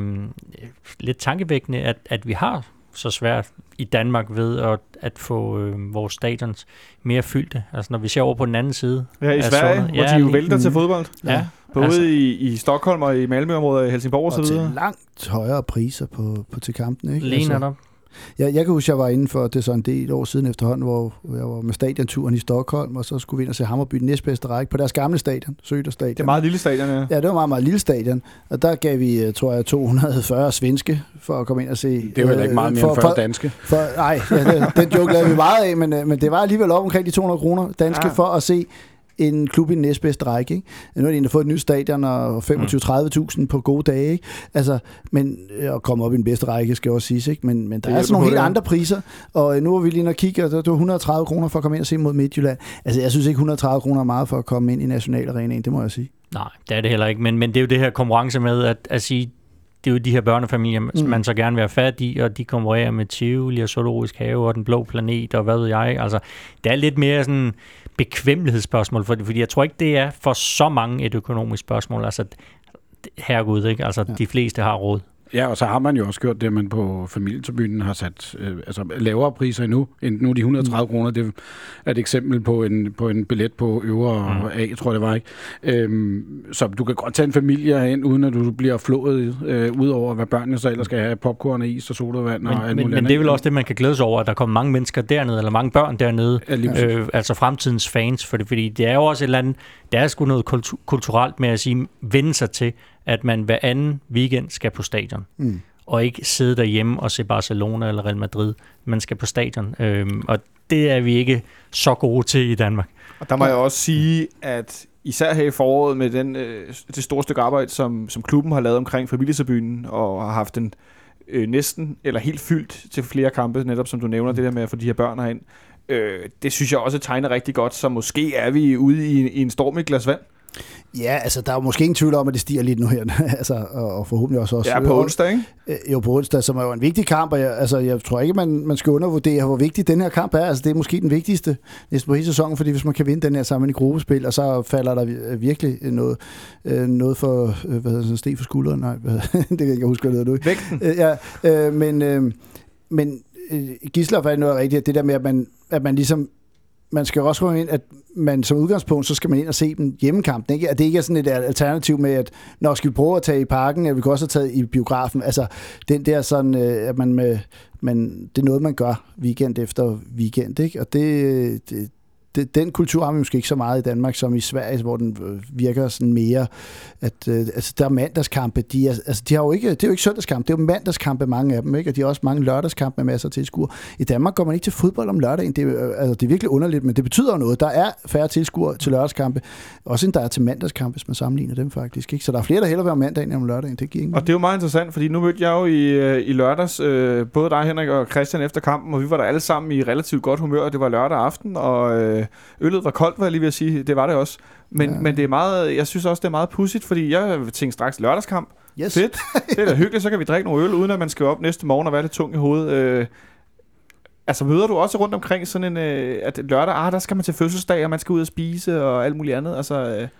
lidt tankevækkende, at, at vi har så svært i Danmark ved at, at få øh, vores stadions mere fyldte. Altså når vi ser over på den anden side. Ja, i Sverige, sådan, hvor ja, de jo lige, vælter til fodbold. Ja. Både altså, i, i Stockholm og i Malmø-området, i Helsingborg og så videre. Og til langt højere priser på, på til kampen. Ikke? Lige netop. Jeg, jeg kan huske, jeg var inde for, det er så en del år siden efterhånden, hvor jeg var med stadionturen i Stockholm, og så skulle vi ind og se Hammarby den næstbedste række på deres gamle stadion, Söderstadion. Det er meget lille stadion, ja. Ja, det var meget, meget lille stadion, og der gav vi, tror jeg, to hundrede og fyrre svenske for at komme ind og se. Det var øh, ikke meget mere for, end fyrre for, danske. For, nej, ja, den, den joke lavede vi meget af, men, men det var alligevel op omkring de to hundrede kroner danske ja. For at se en klub i den næstbedste række. Ikke? Nu har de endda fået et nyt stadion og femogtyve til tredive tusind på gode dage. Ikke? Altså, men at komme op i den bedste række, skal jeg også sige. Ikke? Men, men der det er sådan nogle helt det. Andre priser, og nu er vi lige inde og kigge, og det var et hundrede og tredive kroner for at komme ind og se mod Midtjylland. Altså, jeg synes ikke, et hundrede og tredive kroner er meget for at komme ind i nationalarenaen, det må jeg sige. Nej, det er det heller ikke, men, men det er jo det her konkurrence med at, at sige, det er jo de her børnefamilier, mm. man så gerne vil have fat i, og de konkurrerer med Tivoli og Zoologisk Have og Den Blå Planet, og hvad ved jeg. Altså, det er lidt mere sådan bekvemmelighedsspørgsmål, for, fordi jeg tror ikke, det er for så mange et økonomisk spørgsmål. Altså, herregud, ikke? Altså, ja. De fleste har råd. Ja, og så har man jo også gjort det, at man på familietribunen har sat øh, altså lavere priser endnu, end nu de et hundrede og tredive kroner. Det er et eksempel på en, på en billet på øvre mm. A, tror jeg det var, ikke? Øhm, så du kan godt tage en familie ind, uden at du bliver flået øh, ud over, hvad børnene så ellers skal have, popcorn og is og sodavand. Men, og men, men det er vel også det, man kan glæde sig over, at der kommer mange mennesker dernede, eller mange børn dernede, ja, øh, altså fremtidens fans, for det, fordi det er jo også et eller andet, der er sgu noget kultur- kulturelt med at sige, vende sig til, at man hver anden weekend skal på stadion. Mm. Og ikke sidde derhjemme og se Barcelona eller Real Madrid. Man skal på stadion. Øhm, og det er vi ikke så gode til i Danmark. Og der må jeg også sige, at især her i foråret med den, øh, det store stykke arbejde, som, som klubben har lavet omkring familietribunen, og har haft den øh, næsten eller helt fyldt til flere kampe, netop som du nævner, mm. det der med at få de her børn herind. Øh, det synes jeg også tegner rigtig godt, så måske er vi ude i, i en storm i et glas vand. Ja, altså der er jo måske ingen tvivl om, at det stiger lidt nu her, altså, og, og forhåbentlig også... også ja, på onsdag, ikke? Jo, på onsdag, som er jo en vigtig kamp, og jeg, altså, jeg tror ikke, man, man skal undervurdere, hvor vigtig den her kamp er. Altså, det er måske den vigtigste næsten på hele sæsonen, fordi hvis man kan vinde den her sammen i gruppespil, og så falder der virkelig noget, noget for, hvad hedder det, steg for skulderen, nej, hvad, det kan jeg ikke huske, hvad det hedder nu. Vægten. Ja, øh, men, øh, men Gisler var noget rigtigt, det der med, at man, at man ligesom man skal også komme ind, at man som udgangspunkt, så skal man ind og se den hjemmekampen, ikke? At det ikke er sådan et alternativ med, at når skal vi prøve at tage i parken, eller vi kan også have taget i biografen. Altså, den der sådan, at man med, man, det er noget, man gør weekend efter weekend, ikke? Og det, det Det, den kultur har vi måske ikke så meget i Danmark som i Sverige, hvor den virker sådan mere, at øh, altså, der er mandagskampe, de, er, altså, de har jo ikke, det er jo ikke søndagskampe, det er jo mandagskampe, mange af dem, ikke? Og de har også mange lørdagskampe med masser af tilskuere. I Danmark går man ikke til fodbold om lørdagen, det er, altså, det er virkelig underligt, men det betyder jo noget. Der er færre tilskuere til lørdagskampe, også end der er til mandagskampe, hvis man sammenligner dem faktisk, ikke? Så der er flere, der hellere vil om mandagen end om lørdagen, det giver ingen. Og det er jo meget interessant, fordi nu mødte jeg jo i, i lørdags, øh, både dig, Henrik, og Christian efter kampen, og vi var der alle sammen i relativt godt humør, det var lørdag aften, og øh, øllet var koldt, var jeg lige ved at sige. Det var det også. Men, ja. men det er meget, jeg synes også, det er meget pudsigt, fordi jeg tænkte straks lørdagskamp. Yes. Fedt. Det er da hyggeligt, så kan vi drikke nogle øl, uden at man skal op næste morgen og være lidt tung i hovedet. Øh, altså møder du også rundt omkring sådan en, øh, at lørdag, ah, der skal man til fødselsdag, og man skal ud og spise og alt muligt andet. Altså, øh,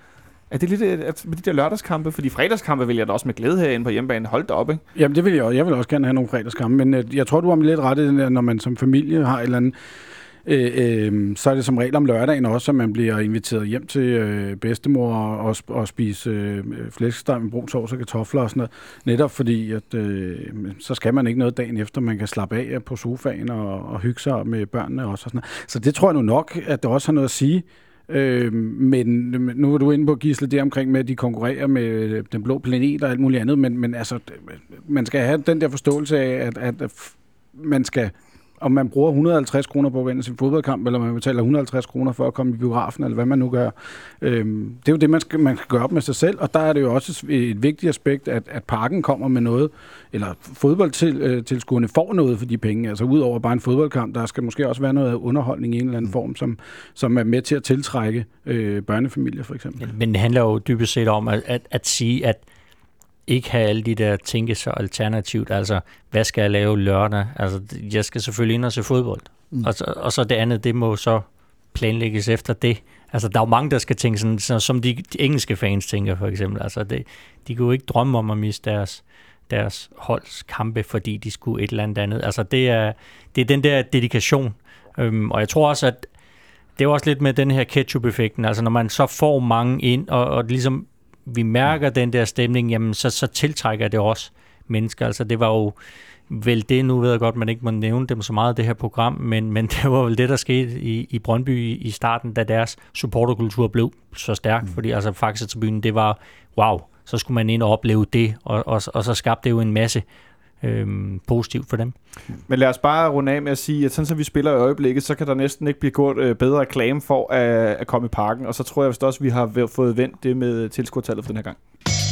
Er det lidt at med de der lørdagskampe? Fordi fredagskampe vil jeg da også med glæde herinde på hjemmebane. Hold da op, ikke? Jamen det vil jeg også. Jeg vil også gerne have nogle fredagskampe, men øh, jeg tror, du har lidt ret i den der, når man som familie har et eller andet, øh, øh, så er det som regel om lørdagen også, at man bliver inviteret hjem til øh, bedstemor og, og spise øh, flæskesteg med brun sovs og kartofler og sådan noget. Netop fordi, at øh, så skal man ikke noget dagen efter, man kan slappe af på sofaen og, og hygge sig med børnene også. Og sådan noget. Så det tror jeg nu nok, at det også har noget at sige. Øh, men nu er du inde på, Gisle, det omkring med, at de konkurrerer med den blå planet og alt muligt andet, men, men altså, man skal have den der forståelse af, at, at, at man skal, om man bruger et hundrede og halvtreds kroner på at vinde sin fodboldkamp, eller man betaler et hundrede og halvtreds kroner for at komme i biografen, eller hvad man nu gør. Øh, det er jo det, man skal, man skal gøre op med sig selv, og der er det jo også et vigtigt aspekt, at, at parken kommer med noget, eller fodboldtilskuerne får noget for de penge. Altså udover bare en fodboldkamp, der skal måske også være noget underholdning i en eller anden form, som, som er med til at tiltrække øh, børnefamilier for eksempel. Men det handler jo dybest set om at, at, at sige, at ikke have alle de der tænke så alternativt. Altså, hvad skal jeg lave lørdag? Altså, jeg skal selvfølgelig ind og se fodbold. Mm. Og, så, og så det andet, det må så planlægges efter det. Altså, der er jo mange, der skal tænke sådan, sådan som de, de engelske fans tænker, for eksempel. Altså, det, de kunne jo ikke drømme om at miste deres, deres holds kampe, fordi de skulle et eller andet andet. Altså, det er, det er den der dedikation. Øhm, og jeg tror også, at det er også lidt med den her ketchup-effekten. Altså, når man så får mange ind, og, og ligesom vi mærker den der stemning, jamen så, så tiltrækker det også mennesker. Altså det var jo vel det, nu ved jeg godt, man ikke må nævne dem så meget i det her program, men, men det var vel det, der skete i, i Brøndby i, i starten, da deres supporterkultur blev så stærk, mm. fordi altså Faxe-tribunen, det var wow, så skulle man ind og opleve det, og, og, og så skabte det jo en masse Øhm, positivt for dem. Men lad os bare runde af med at sige, at sådan som vi spiller i øjeblikket, så kan der næsten ikke blive gjort øh, bedre reklame for at, at komme i parken, og så tror jeg vist også, at vi har fået vendt det med tilskuertallet for den her gang.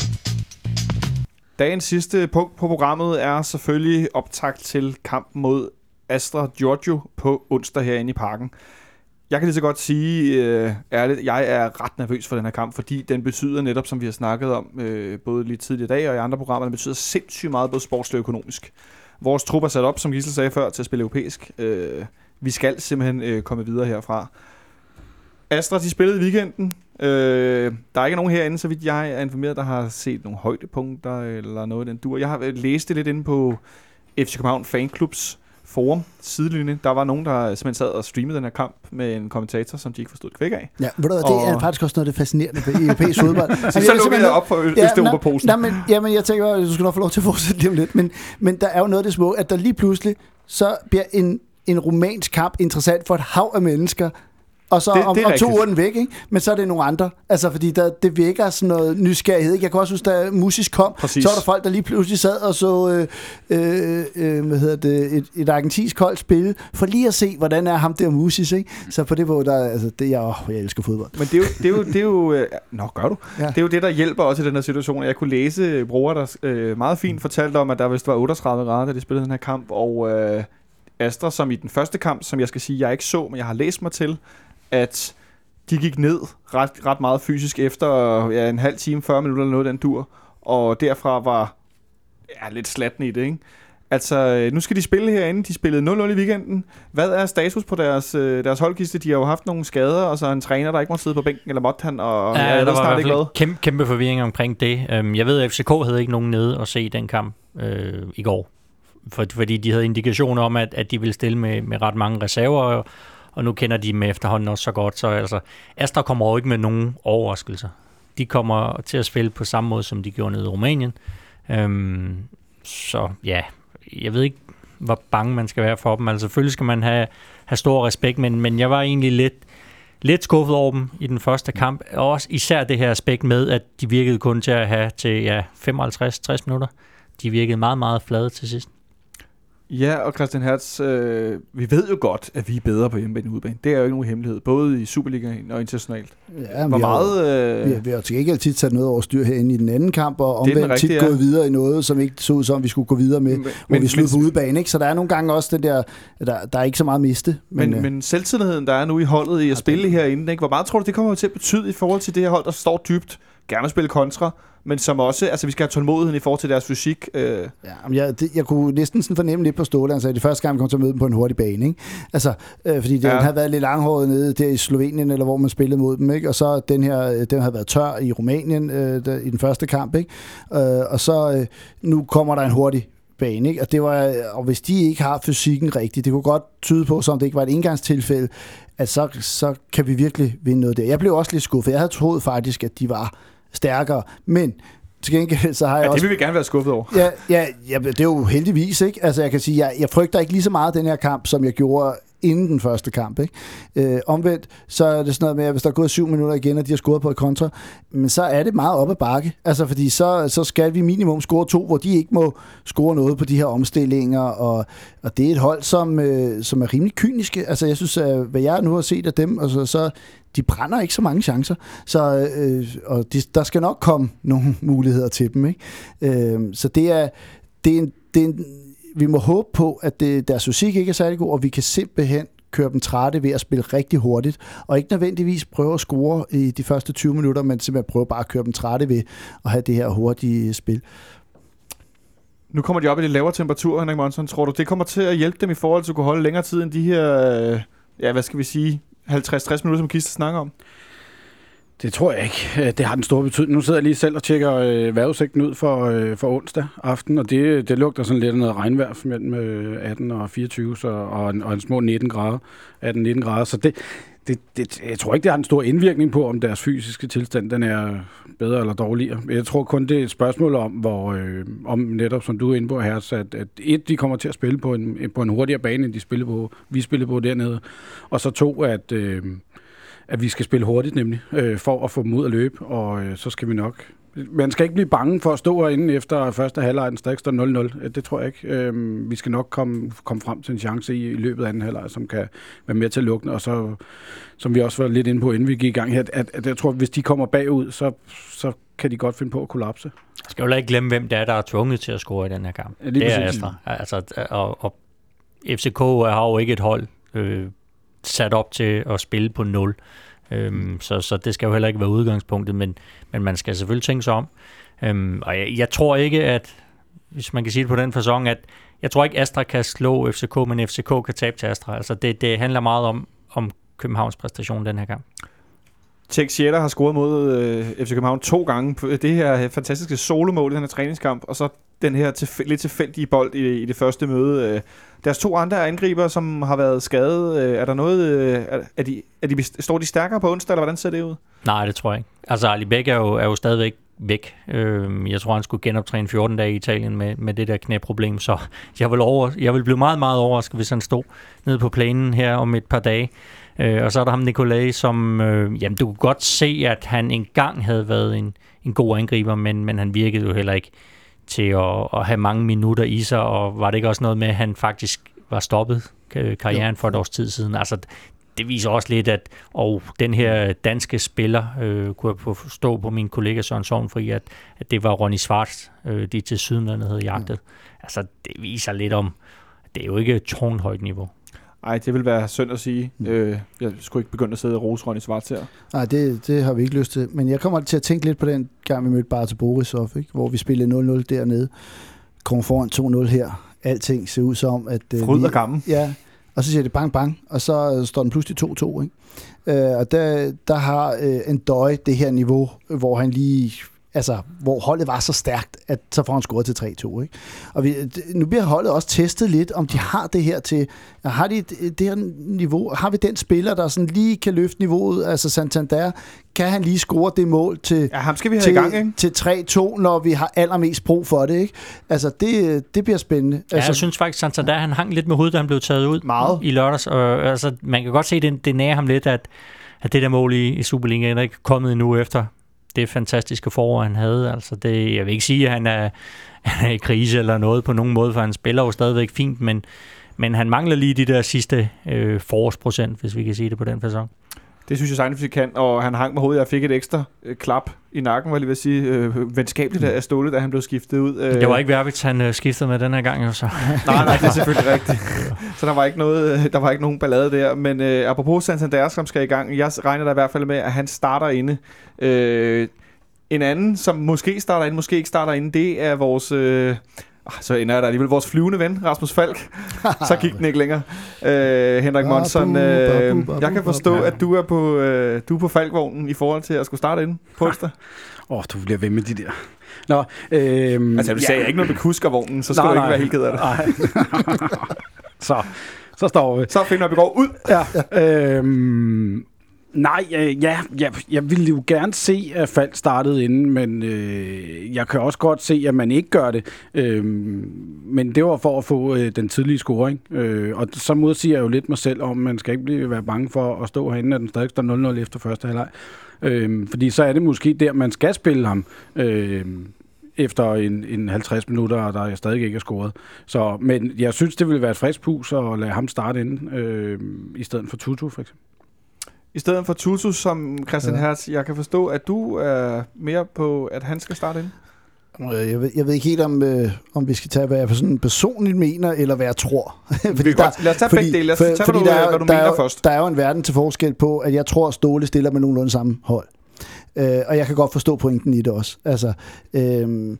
Dagens sidste punkt på programmet er selvfølgelig optakt til kampen mod Astra Giorgio på onsdag herinde i parken. Jeg kan lige så godt sige øh, ærligt, jeg er ret nervøs for den her kamp, fordi den betyder netop, som vi har snakket om, øh, både lige tidligere i dag og i andre programmer, den betyder sindssygt meget, både sportsligt og økonomisk. Vores trup er sat op, som Gisle sagde før, til at spille europæisk. Øh, vi skal simpelthen øh, komme videre herfra. Astra, de spillede i weekenden. Øh, der er ikke nogen herinde, så vidt jeg er informeret, der har set nogle højdepunkter eller noget i den dur. Jeg har læst det lidt inde på F C København Fanklubs forum, sidelinje. Der var nogen, der simpelthen sad og streamede den her kamp med en kommentator, som de ikke forstod kvæk af. Ja, ved du hvad, det er faktisk også noget af det fascinerende ved europæisk fodbold. Så, så lukkede jeg op for Østeuropa-posen. Nej, men, jamen, jeg tænker, at du skal nok få lov til at fortsætte lige om lidt, men, men der er jo noget af det små, at der lige pludselig, så bliver en, en romansk kamp interessant for et hav af mennesker, og så det, om, det om to uger den væk, ikke? Men så er det nogle andre. Altså, fordi der, det vækker sådan noget nysgerrighed. Jeg kan også huske, da Musis kom, Præcis. så var der folk, der lige pludselig sad og så øh, øh, øh, hvad hedder det, et, et argentinsk hold spille, for lige at se, hvordan er ham der Musis, ikke? Så på det hvor der, altså, det jeg, åh, jeg elsker fodbold. Men det er jo, det er jo, det er jo øh, nå, gør du? Ja. Det er jo det, der hjælper også i den her situation. Jeg kunne læse Bror, der øh, meget fint fortalte om, at der vist var otteogtredive grader, da de spillede den her kamp, og øh, Astra, som i den første kamp, som jeg skal sige, jeg ikke så, men jeg har læst mig til, at de gik ned ret, ret meget fysisk efter ja, en halv time, fyrre minutter eller noget den dur, og derfra var ja, lidt slatten i det, ikke? Altså, nu skal de spille herinde. De spillede nul nul i weekenden. Hvad er status på deres, deres holdkiste? De har jo haft nogle skader, og så en træner, der ikke må sidde på bænken, eller måtte han, og ja, ja, der var snart ikke hvad. Kæmpe, kæmpe forvirring omkring det. Jeg ved, at F C K havde ikke nogen nede og se den kamp øh, i går, for, fordi de havde indikationer om, at, at de ville stille med, med ret mange reserver, og Og nu kender de dem efterhånden også så godt, så altså, Astra kommer jo ikke med nogen overraskelser. De kommer til at spille på samme måde, som de gjorde nede i Rumænien. Øhm, så ja, jeg ved ikke, hvor bange man skal være for dem. Altså selvfølgelig skal man have, have stor respekt, men, men jeg var egentlig lidt, lidt skuffet over dem i den første kamp. Og også især det her aspekt med, at de virkede kun til at have til ja, femoghalvtreds til tres minutter. De virkede meget, meget flade til sidst. Ja, og Christian Hertz, øh, vi ved jo godt, at vi er bedre på hjemmebane end udebane. Det er jo ikke nogen hemmelighed, både i Superligaen og internationalt. Ja, Hvor vi meget... Har, øh... Vi har, vi har til ikke altid taget noget over styr herinde i den anden kamp, og omvendt tit ja. gået videre i noget, som ikke så ud som, vi skulle gå videre med, men, hvor men, vi sluttede på udebane. Ikke? Så der er nogle gange også den der, der, der er ikke så meget miste. Men, men, øh... men selvtilliden, der er nu i holdet i at spille herinde, ikke? Hvor meget tror du, det kommer til at betyde i forhold til det her hold, der står dybt? gerne vil spille kontra, men som også, altså vi skal have tålmodigheden i forhold til deres fysik. Øh. Ja, men jeg, det, jeg kunne næsten sådan fornemme lidt på Ståle, altså det første gang, vi kom til at møde dem på en hurtig bane, ikke? Altså, øh, fordi det ja. havde været lidt langhåret nede der i Slovenien, eller hvor man spillede mod dem, ikke? Og så den her, den havde været tør i Rumænien øh, der, i den første kamp, ikke? Øh, og så øh, nu kommer der en hurtig bane, ikke? Og, det var, og hvis de ikke har fysikken rigtigt, det kunne godt tyde på, som det ikke var et engangstilfælde, at så, så kan vi virkelig vinde noget der. Jeg blev også lidt skuffet. Jeg havde troet faktisk, at de var stærkere, men til gengæld så har jeg ja, også... det vil vi gerne være skuffet over. Ja, ja, ja, det er jo heldigvis, ikke? Altså jeg kan sige, jeg, jeg frygter ikke lige så meget den her kamp, som jeg gjorde inden den første kamp, ikke? Øh, omvendt, så er det sådan noget med, at hvis der er gået syv minutter igen, og de har scoret på et kontra, men så er det meget op ad bakke. Altså, fordi så, så skal vi minimum score to, hvor de ikke må score noget på de her omstillinger, og, og det er et hold, som, øh, som er rimelig kyniske. Altså, jeg synes, at hvad jeg nu har set af dem, altså, så de brænder ikke så mange chancer, så, øh, og de, der skal nok komme nogle muligheder til dem, ikke? Øh, så det er, det er en, det er en vi må håbe på, at det, deres fysik ikke er særlig god, og vi kan simpelthen køre dem trætte ved at spille rigtig hurtigt, og ikke nødvendigvis prøve at score i de første tyve minutter, men simpelthen prøve bare at køre dem trætte ved at have det her hurtige spil. Nu kommer de op i lidt lavere temperatur, Henrik Monson. Tror du, det kommer til at hjælpe dem i forhold til at kunne holde længere tid end de her, ja, hvad skal vi sige, halvtreds til tres minutter, som Kiste snakker om? Det tror jeg ikke. Det har den store betydning. Nu sidder jeg lige selv og tjekker øh, vejrudsigten ud for, øh, for onsdag aften, og det, det lugter sådan lidt af noget regnvejr mellem atten og fireogtyve, så, og, en, og en små nitten grader, atten nitten grader. Så det, det, det, jeg tror ikke, det har en stor indvirkning på, om deres fysiske tilstand den er bedre eller dårligere. Jeg tror kun, det er et spørgsmål om, hvor, øh, om netop, som du er inde på her, så at, at et, de kommer til at spille på en, på en hurtigere bane, end de spiller på, vi spiller på dernede, og så to, at... Øh, at vi skal spille hurtigt nemlig, øh, for at få dem ud at løbe, og øh, så skal vi nok... Man skal ikke blive bange for at stå herinde efter første halvleg, den stadig står nul nul. Det tror jeg ikke. Øh, vi skal nok komme, komme frem til en chance i, i løbet af anden halvleg, som kan være med til at lukke, og så, som vi også var lidt inde på, inden vi gik i gang her, at, at jeg tror, at hvis de kommer bagud, så, så kan de godt finde på at kollapse. Jeg skal jo ikke glemme, hvem det er, der er tvunget til at score i den her kamp. Ja, det er Astra. Altså, og, og F C K har jo ikke et hold øh, sat op til at spille på nul. Øhm, så, så det skal jo heller ikke være udgangspunktet, men, men man skal selvfølgelig tænke sig om. Øhm, og jeg, jeg tror ikke, at, hvis man kan sige det på den facon, at jeg tror ikke, Astra kan slå F C K, men F C K kan tabe til Astra. Altså det, det handler meget om, om Københavns præstation den her gang. Teixeira har scoret mod øh, F C København to gange på det her fantastiske solomål i den her træningskamp, og så den her tilf- lidt tilfældige bold i, i det første møde. Øh. Deres to andre angriber, som har været skadet, øh, er der noget... Øh, er, er de, er de, står de stærkere på onsdag, eller hvordan ser det ud? Nej, det tror jeg ikke. Altså, Ali Bæk er jo, er jo stadigvæk væk. Øh, jeg tror, han skulle genoptræne fjorten dage i Italien med, med det der knæproblem, så jeg vil, over, jeg vil blive meget, meget overrasket, hvis han stod nede på planen her om et par dage. Øh, og så er der ham Nicolai, som... Øh, jamen, du kunne godt se, at han engang havde været en, en god angriber, men, men han virkede jo heller ikke til at, at have mange minutter i sig, og var det ikke også noget med, at han faktisk var stoppet karrieren for et års tid siden? Altså, det viser også lidt, at og den her danske spiller, øh, kunne jeg forstå på min kollega Søren Sorgenfri, at, at det var Ronny Schwartz, øh, de til Sydlandet havde jagtet. Ja. Altså, det viser lidt om, at det er jo ikke et tårnhøjt niveau. Nej, det vil være synd at sige. Mm. Øh, jeg skulle ikke begynde at sidde og rose Ronny Schwartz her. Nej, det, det har vi ikke lyst til. Men jeg kommer til at tænke lidt på den gang, vi mødte Barte Borisov, ikke? Hvor vi spillede nul nul dernede. Kommer foran to nul her. Alting ser ud som, at... Øh, Fryd og gammel. Ja, og så siger det bang bang, og så står den pludselig to to, ikke? Øh, og der, der har øh, en døj det her niveau, hvor han lige... Altså, hvor holdet var så stærkt, at så får han scoret til tre to, ikke? Og vi, nu bliver holdet også testet lidt, om de har det her til... Har de det her niveau? Har vi den spiller, der sådan lige kan løfte niveauet? Altså Santander, kan han lige score det mål til... Ja, ham skal vi have til, i gang, ikke? Til tre to, når vi har allermest brug for det, ikke? Altså, det, det bliver spændende. Ja, altså, jeg synes faktisk, Santander, han hang lidt med hovedet, da han blev taget ud meget i lørdags. Og, altså, man kan godt se, det, det nærer ham lidt, at, at det der mål i, i Superligaen er ikke kommet endnu efter det fantastiske forår, han havde. Altså det, jeg vil ikke sige, at han er, han er i krise eller noget på nogen måde, for han spiller jo stadigvæk fint, men, men han mangler lige de der sidste øh, forårsprocent, hvis vi kan sige det på den facon. Det synes jeg sagtens, vi kan, og han hang med hovedet. Jeg fik et ekstra øh, klap i nakken, var jeg lige ved at sige, øh, venskabeligt af Ståle, da han blev skiftet ud. Øh. Det var ikke Verbitz, han øh, skiftede med den her gang, jo så. nej, nej, det er selvfølgelig rigtigt. Så der var ikke noget, der var ikke nogen ballade der. Men øh, apropos Santander, som skal i gang, jeg regner da i hvert fald med, at han starter inde. Øh, En anden, som måske starter ind, måske ikke starter ind, det er vores... Øh, så ender der alligevel vores flyvende ven, Rasmus Falk. Så gik den ikke længere. Øh, Henrik Monson, øh, jeg kan forstå, at du er på, øh, du er på Falk-vognen i forhold til at skulle starte ind på onsdag. Åh, oh, du bliver ved med de der. Nå, øhm, altså, du sagde ja. ikke noget med kuskervognen, så skal nej, du ikke nej. være helt ked af det. Nej. så, så står vi. Så finder vi går ud. Ja. øhm, nej, øh, ja, ja, jeg ville jo gerne se, at Falk startede inden, men øh, jeg kan også godt se, at man ikke gør det. Øh, men det var for at få øh, den tidlige scoring. Øh, og så modsiger jeg jo lidt mig selv om, man skal ikke blive, være bange for at stå herinde, når den stadig står nul nul efter første halvleg. Øh, fordi så er det måske der, man skal spille ham. Øh, efter en, en halvtreds minutter, der stadig ikke er scoret. Så, men jeg synes, det ville være et frisk pus at lade ham starte inden, øh, i stedet for Tutu, for eksempel. I stedet for Tutu, som Christian ja. Hertz, jeg kan forstå, at du er mere på, at han skal starte inden? Jeg ved, jeg ved ikke helt, om, øh, om vi skal tage, hvad jeg sådan personligt mener, eller hvad jeg tror. fordi der, lad os tage begge dele. Lad os tage, for, hvad du, der, hvad du der mener er, først. Der er jo en verden til forskel på, at jeg tror, at Ståle stiller med nogenlunde samme hold. Øh, og jeg kan godt forstå pointen i det også. Altså... Øh,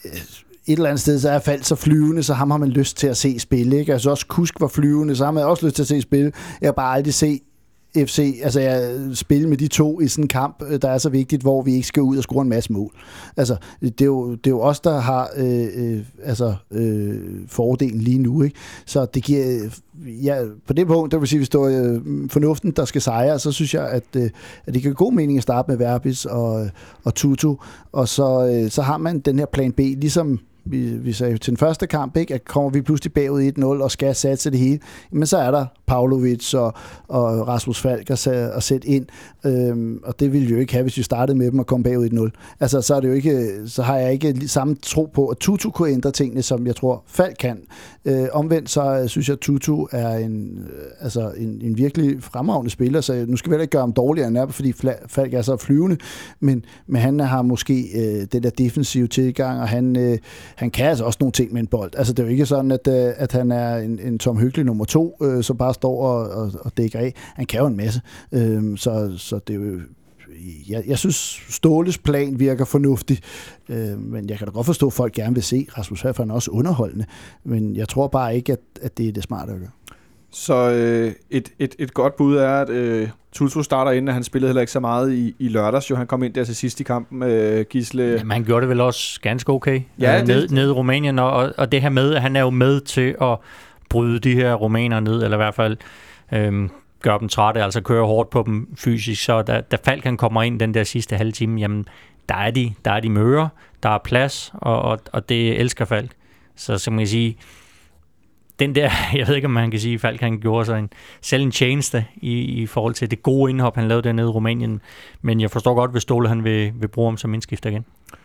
et eller andet sted, så er Falk så flyvende, så ham har man lyst til at se spille. Ikke? Altså også Kusk var flyvende, så har man også lyst til at se spille. Jeg har bare aldrig set F C, altså jeg spille med de to i sådan en kamp, der er så vigtigt, hvor vi ikke skal ud og score en masse mål. Altså, det er jo, det er jo os, der har øh, øh, altså, øh, fordelen lige nu, ikke? Så det giver, ja, på det punkt, der vil sige, hvis det er øh, fornuften, der skal sejre, så synes jeg, at, øh, at det kan god mening at starte med Verbis og, og Tutu, og så, øh, så har man den her plan B, ligesom Vi, vi sagde til den første kamp, ikke, at kommer vi pludselig bagud et nul og skal satse det hele, men så er der Pavlovic og, og Rasmus Falk at, at sætte ind, øhm, og det ville vi jo ikke have, hvis vi startede med dem og kom bagud et nul. Altså, så, er det jo ikke, så har jeg ikke samme tro på, at Tutu kunne ændre tingene, som jeg tror Falk kan. Øh, omvendt så synes jeg, at Tutu er en, altså en, en virkelig fremragende spiller, så nu skal vi heller ikke gøre ham dårligere end er, fordi Falk er så flyvende, men, men han har måske øh, det der defensive tilgang, og han øh, han kan altså også nogle ting med en bold. Altså, det er jo ikke sådan, at, at han er en, en Tom Høgli nummer to, øh, som bare står og, og, og dækker af. Han kan jo en masse. Øh, så, så det er jo... Jeg, jeg synes, Ståles plan virker fornuftig, øh, men jeg kan da godt forstå, at folk gerne vil se Rasmus Falk, for han er også underholdende. Men jeg tror bare ikke, at, at det er det smarte at gøre. Så øh, et, et, et godt bud er, at øh, Tutu starter inden, og han spillede heller ikke så meget i, i lørdags. Jo, han kom ind der til sidst i kampen, øh, Gisle. Jamen, han gjorde det vel også ganske okay ja, øh, ned, ned i Rumænien, og, og det her med, at han er jo med til at bryde de her rumænere ned, eller i hvert fald øh, gøre dem trætte, altså køre hårdt på dem fysisk. Så da, da Falk han kommer ind den der sidste halve time, jamen, der er de, der er de møre, der er plads, og, og, og det elsker Falk. Så som man kan sige, den der, jeg ved ikke, om man kan sige, at Falk han gjorde sig en, selv en tjeneste i, i forhold til det gode indhop, han lavede dernede i Rumænien. Men jeg forstår godt, hvis Ståle han vil, vil bruge ham som indskifter igen.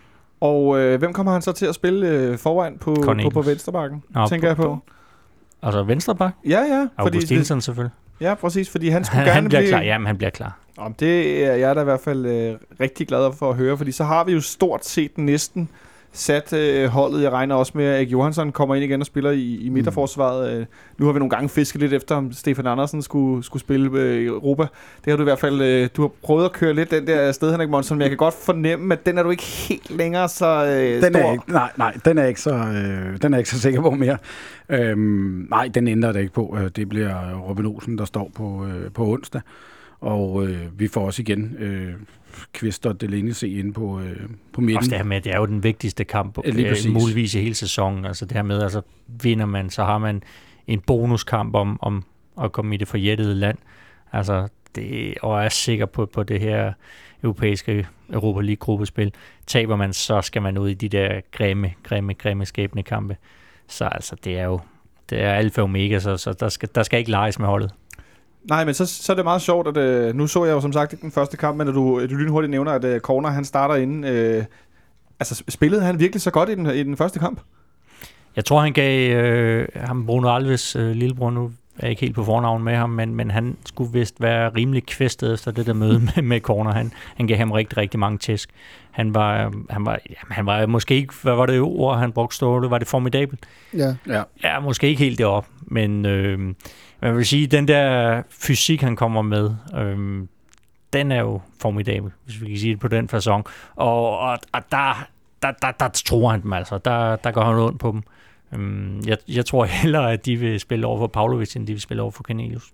Og øh, hvem kommer han så til at spille øh, foran på, på, på venstrebakken, Nå, tænker på, jeg på? Altså venstrebak? Ja, ja. Augustinsen selvfølgelig. Ja, præcis, fordi han skulle han, gerne han bliver blive... klar. Jamen, han bliver klar. Om det er jeg da i hvert fald øh, rigtig glad for at høre, fordi så har vi jo stort set næsten sat øh, holdet. Jeg regner også med, at Erik Johansson kommer ind igen og spiller i, i midterforsvaret. Øh, nu har vi nogle gange fisket lidt efter, om Stefan Andersen skulle, skulle spille øh, i Europa. Det har du i hvert fald... Øh, du har prøvet at køre lidt den der sted, Henrik Monson, men jeg kan godt fornemme, at den er du ikke helt længere så øh, den stor. Er ikke, nej, nej, den er ikke så, øh, den er ikke så sikker på mere. Øhm, nej, den ændrer det ikke på. Det bliver Robin Olsen, der står på, øh, på onsdag. Og øh, vi får også igen øh, Kvist og Delaney se ind på, øh, på midten. Også det her med, det er jo den vigtigste kamp, ja, øh, muligvis i hele sæsonen. Altså det her med, altså vinder man, så har man en bonuskamp om, om at komme i det forjættede land. Altså det, og er sikker på, på det her europæiske Europa League-gruppespil. Taber man, så skal man ud i de der grimme, grimme, grimme skæbne kampe. Så altså det er jo det er alfa og omega, så, så der, skal, der skal ikke leges med holdet. Nej, men så, så er det meget sjovt, at øh, nu så jeg jo som sagt ikke den første kamp, men at du, du lynhurtigt nævner, at øh, Corner han starter inden. Øh, altså spillede han virkelig så godt i den, i den første kamp? Jeg tror, han gav øh, ham Bruno Alves øh, lillebror, nu er jeg ikke helt på fornavn med ham, men, men han skulle vist være rimelig kvæstet efter det der møde med, med Corner. Han, han gav ham rigtig, rigtig mange tæsk. Han var, han var, jamen, han var måske ikke, hvad var det ord, han brugte Ståle? Var det formidabelt? Ja. Ja, ja måske ikke helt derop, men øh, man vil sige, den der fysik, han kommer med, øh, den er jo formidabel, hvis vi kan sige det på den facon. Og, og, og der, der, der, der tror han dem altså. Der, der går han rundt på dem. Um, jeg, jeg tror hellere, at de vil spille over for Pavlovic, end de vil spille over for Cornelius.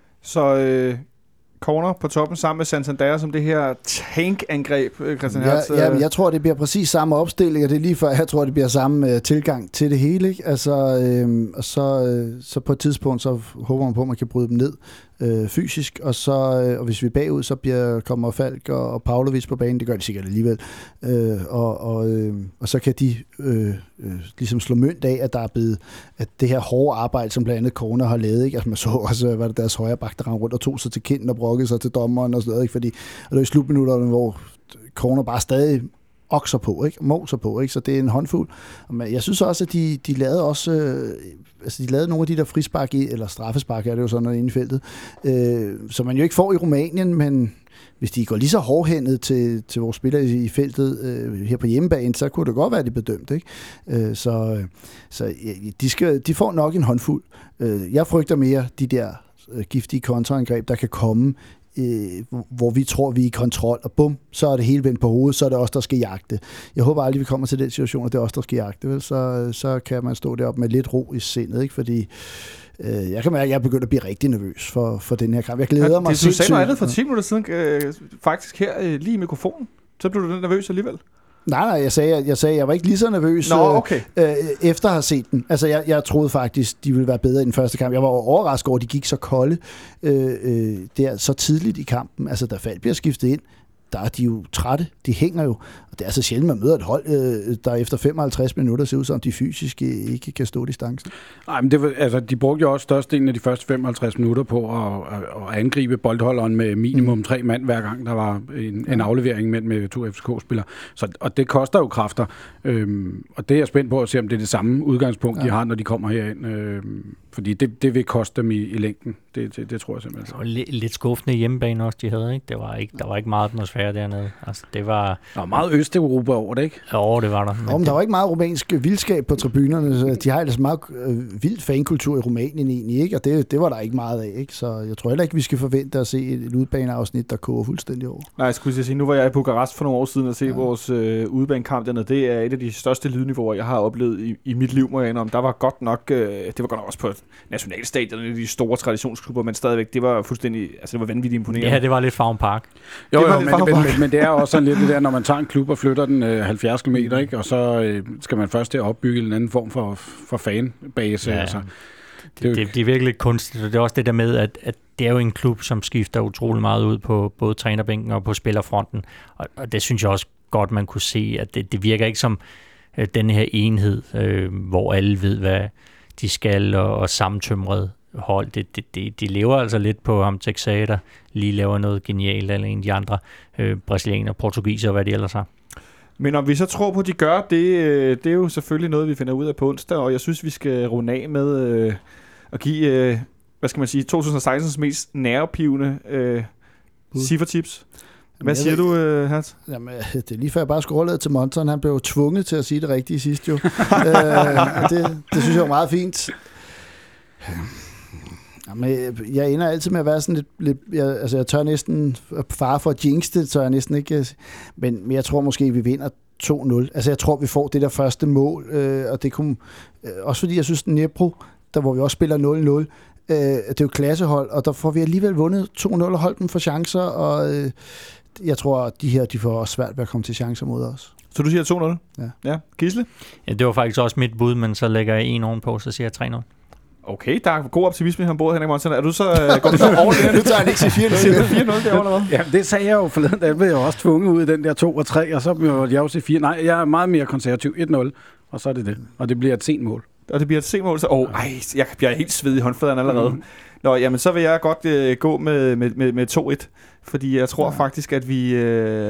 Så øh, corner på toppen sammen med Santander som det her tankangreb, Christian Hertz. Ja, ja, jeg tror, det bliver præcis samme opstilling, og det er lige før, jeg tror, det bliver samme uh, tilgang til det hele. Ikke? Altså, øh, og så, øh, så på et tidspunkt, så håber man på, at man kan bryde dem ned øh, fysisk, og så øh, og hvis vi er bagud, så bliver, kommer Falk og, og Pavlovic på banen, det gør de sikkert alligevel, øh, og, og, øh, og så kan de øh, øh, ligesom slå mønt af, at der er blevet, at det her hårde arbejde, som blandt andet Corner har lavet, ikke? Altså man så også, var det deres højre bak, der rendte rundt og tog sig til kinden og brokkede sig til dommeren og sådan noget, ikke? Fordi, og det var i slutminutterne, hvor Corner bare stadig okser på, ikke? Moser på, ikke? Så det er en håndfuld. Men jeg synes også, at de, de lavede også, øh, altså de lavede nogle af de der frispark i, eller straffespark er det jo sådan noget inde i feltet, øh, som man jo ikke får i Rumænien, men hvis de går lige så hårdhændet til, til vores spillere i, i feltet øh, her på hjemmebane, så kunne det godt være, at de bedømt, ikke? Øh, så så ja, de, skal, de får nok en håndfuld. Øh, jeg frygter mere de der øh, giftige kontraangreb, der kan komme, Øh, hvor vi tror, vi er i kontrol, og bum, så er det hele vendt på hovedet, så er det os, der skal jagte. Jeg håber aldrig, vi kommer til den situation, at det er os, der skal jagte, vel? Så, så kan man stå deroppe med lidt ro i sindet, ikke? Fordi øh, jeg kan mærke, at jeg er begyndt at blive rigtig nervøs for, for den her kamp. Jeg glæder ja, mig det, sindssygt. Du sagde noget andet for ti minutter siden, øh, faktisk her øh, lige i mikrofonen, så blev du lidt nervøs alligevel. Nej, nej, jeg sagde, jeg sagde, jeg var ikke lige så nervøs. Nå, okay. øh, efter at have set den. Altså, jeg, jeg troede faktisk, de ville være bedre i den første kamp. Jeg var overrasket over, at de gik så kolde øh, øh, der så tidligt i kampen. Altså, da Falk bliver skiftet ind, der er de jo trætte. De hænger jo. Og det er så sjældent, man møder et hold, øh, der efter femoghalvtreds minutter ser ud som, de fysisk ikke kan stå distancen. Nej, men det var, altså, de brugte jo også størstedelen af de første femoghalvtreds minutter på at, at, at angribe boldholderen med minimum tre mand hver gang, der var en, ja. en aflevering med, med to F C K-spillere. Så, og det koster jo kræfter. Øhm, og det er jeg spændt på at se, om det er det samme udgangspunkt, ja. de har, når de kommer herind. Øhm, fordi det, det vil koste dem i, i længden. Det, det, det tror jeg simpelthen. Det var lidt, lidt skuffende hjemmebane også, de havde, ikke? Det var ikke, der var ikke meget atmosfære dernede. Altså, det var... Der var meget Østeuropa over det, ikke? Jo, det var der. Men, men der var ikke meget rumænsk vildskab på tribunerne, så de har ellers meget øh, vild fankultur i Rumænien egentlig, ikke? Og det, det var der ikke meget af, ikke? Så jeg tror heller ikke, vi skal forvente at se et udbaneafsnit, der koger fuldstændig over. Nej, jeg skulle sige, nu var jeg i Bukarest for nogle år siden og se ja. vores øh, udbanekamp dernede. Det er et af de største lydniveauer, jeg har oplevet i, i mit liv, må jeg indrømme. Der var godt nok, øh, det var godt nok også på nationalstadion, de store traditionsklubber, men stadigvæk, det var fuldstændig, altså det var vanvittigt imponerende. Ja, det var lidt Farum Park. Jo, jo, men, men, men, men det er også sådan lidt det der, når man tager en klub og flytter den øh, halvfjerds kilometer, ikke? Og så øh, skal man først til at opbygge en anden form for, for fanbase. Ja, altså. det, det, det, det er virkelig lidt kunstigt, og det er også det der med, at, at det er jo en klub, som skifter utrolig meget ud på både trænerbænken og på spillerfronten, og, og det synes jeg også godt, man kunne se, at det, det virker ikke som øh, den her enhed, øh, hvor alle ved, hvad de skal, og, og sammentømret hold. Det, det, det, de lever altså lidt på ham Texada, der lige laver noget genialt, eller en af de andre øh, brasilianer, portugiser og hvad de ellers har. Men om vi så tror på, at de gør, det, det er jo selvfølgelig noget, vi finder ud af på onsdag, og jeg synes, vi skal runde af med øh, at give, øh, hvad skal man sige, to tusind og sekstens mest nervepivende øh, ciffertips. Hvad siger du, øh, Hertz? Jamen, det er lige før jeg bare scrollede til Monton. Han blev tvunget til at sige det rigtige sidst jo. øh, det, det synes jeg var meget fint. Jamen, jeg ender altid med at være sådan lidt... lidt jeg, altså, jeg tør næsten... Fare for at jinx det, så jeg næsten ikke... Men, men jeg tror måske, vi vinder to nul. Altså, jeg tror, vi får det der første mål. Øh, og det kunne... Øh, også fordi jeg synes, Dnipro, der hvor vi også spiller nul nul, øh, det er jo klassehold, og der får vi alligevel vundet to nul og holdt dem for chancer, og øh, jeg tror, at de her, de får også svært ved at komme til chancer mod os. Så du siger to nul? Ja. Ja. Gisle? Ja, det var faktisk også mit bud, men så lægger jeg en ovenpå, så siger jeg tre nul. Okay, der er god optimisme her ombord, Henrik Monsen. Er du så, uh, går du så over det? Nu tager han ikke til fire nul. Siger du fire nul derovre, eller hvad? Ja, det sagde jeg jo forleden. Der blev jeg også tvunget ud i den der to og tre, og så blev jeg jo til fire. Nej, jeg er meget mere konservativ. et nul, og så er det det. Og det bliver et sent mål. Og det bliver et sent mål, så... Åh, oh, ej, jeg bliver helt svedig i håndfladerne allerede. Mm. Nå, jamen, så vil jeg godt uh, gå med, med, med, med to et, fordi jeg tror ja. faktisk, at vi... Uh,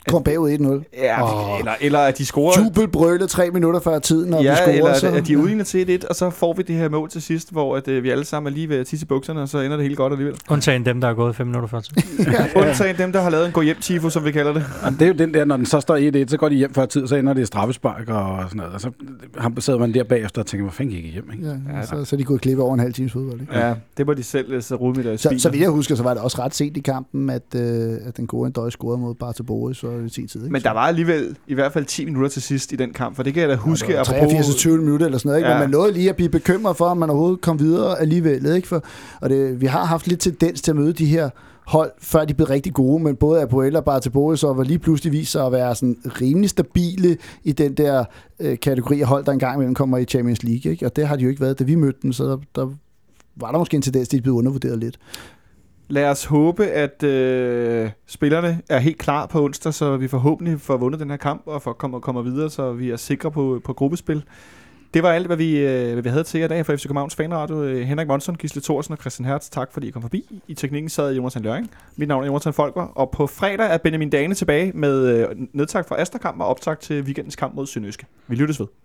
Kom bagud et nul. Ja, oh. eller, eller at de scorer... Jubelbrøle tre minutter før tiden, når ja, vi scorer. eller så, at de ja. udligner til et, og så får vi det her mål til sidst, hvor at, øh, vi alle sammen er lige ved at tisse i bukserne, og så ender det helt godt alligevel. Undtagen dem, der er gået fem minutter før tid. ja. Undtagen dem, der har lavet en gå-hjem-tifo, som vi kalder det. Og det er jo den der, når den så står et et, så går de hjem før tid, så ender det i straffespark og sådan noget. Og så sidder man der bagefter og tænker, hvor fanden gik I hjem, ikke? Ja, ja, så, så er de gået klippe over en halv times fodbold, ikke? Ja, det var de selv så rode med deres så, så vidt jeg husker, så var det også ret sent i kampen, at, øh, at den gode Ndøj scorede mod Barca Boris så i sin tid, ikke? Men der var alligevel i hvert fald ti minutter til sidst i den kamp, for det kan jeg da huske. Ja, treogfirs til tyve minutter eller sådan noget, ikke? Ja. Men man nåede lige at blive bekymret for, om man overhovedet kom videre alligevel, ikke? For, og det, vi har haft lidt tendens til at møde de her hold, før de blev rigtig gode, men både Apoel og Barca Boris så var lige pludselig vist sig at være sådan rimelig stabile i den der øh, kategori af hold, der engang imellem kommer i Champions League, ikke? Og det har de jo ikke været, da vi mødte dem, så der, der var der måske en tendens til, at de blev undervurderet lidt. Lad os håbe, at øh, spillerne er helt klar på onsdag, så vi forhåbentlig får vundet den her kamp og får kommer, kommer videre, så vi er sikre på, på gruppespil. Det var alt, hvad vi, øh, hvad vi havde til i dag fra F C Københavns Fanradio. Henrik Monson, Gisle Thorsen og Christian Hertz, tak fordi I kom forbi. I teknikken sad Jonathan Løring. Mit navn er Jonathan Folker, og på fredag er Benjamin Dane tilbage med øh, nedtag fra Asterkamp og optag til weekendens kamp mod Sønderjyske. Vi lyttes ved.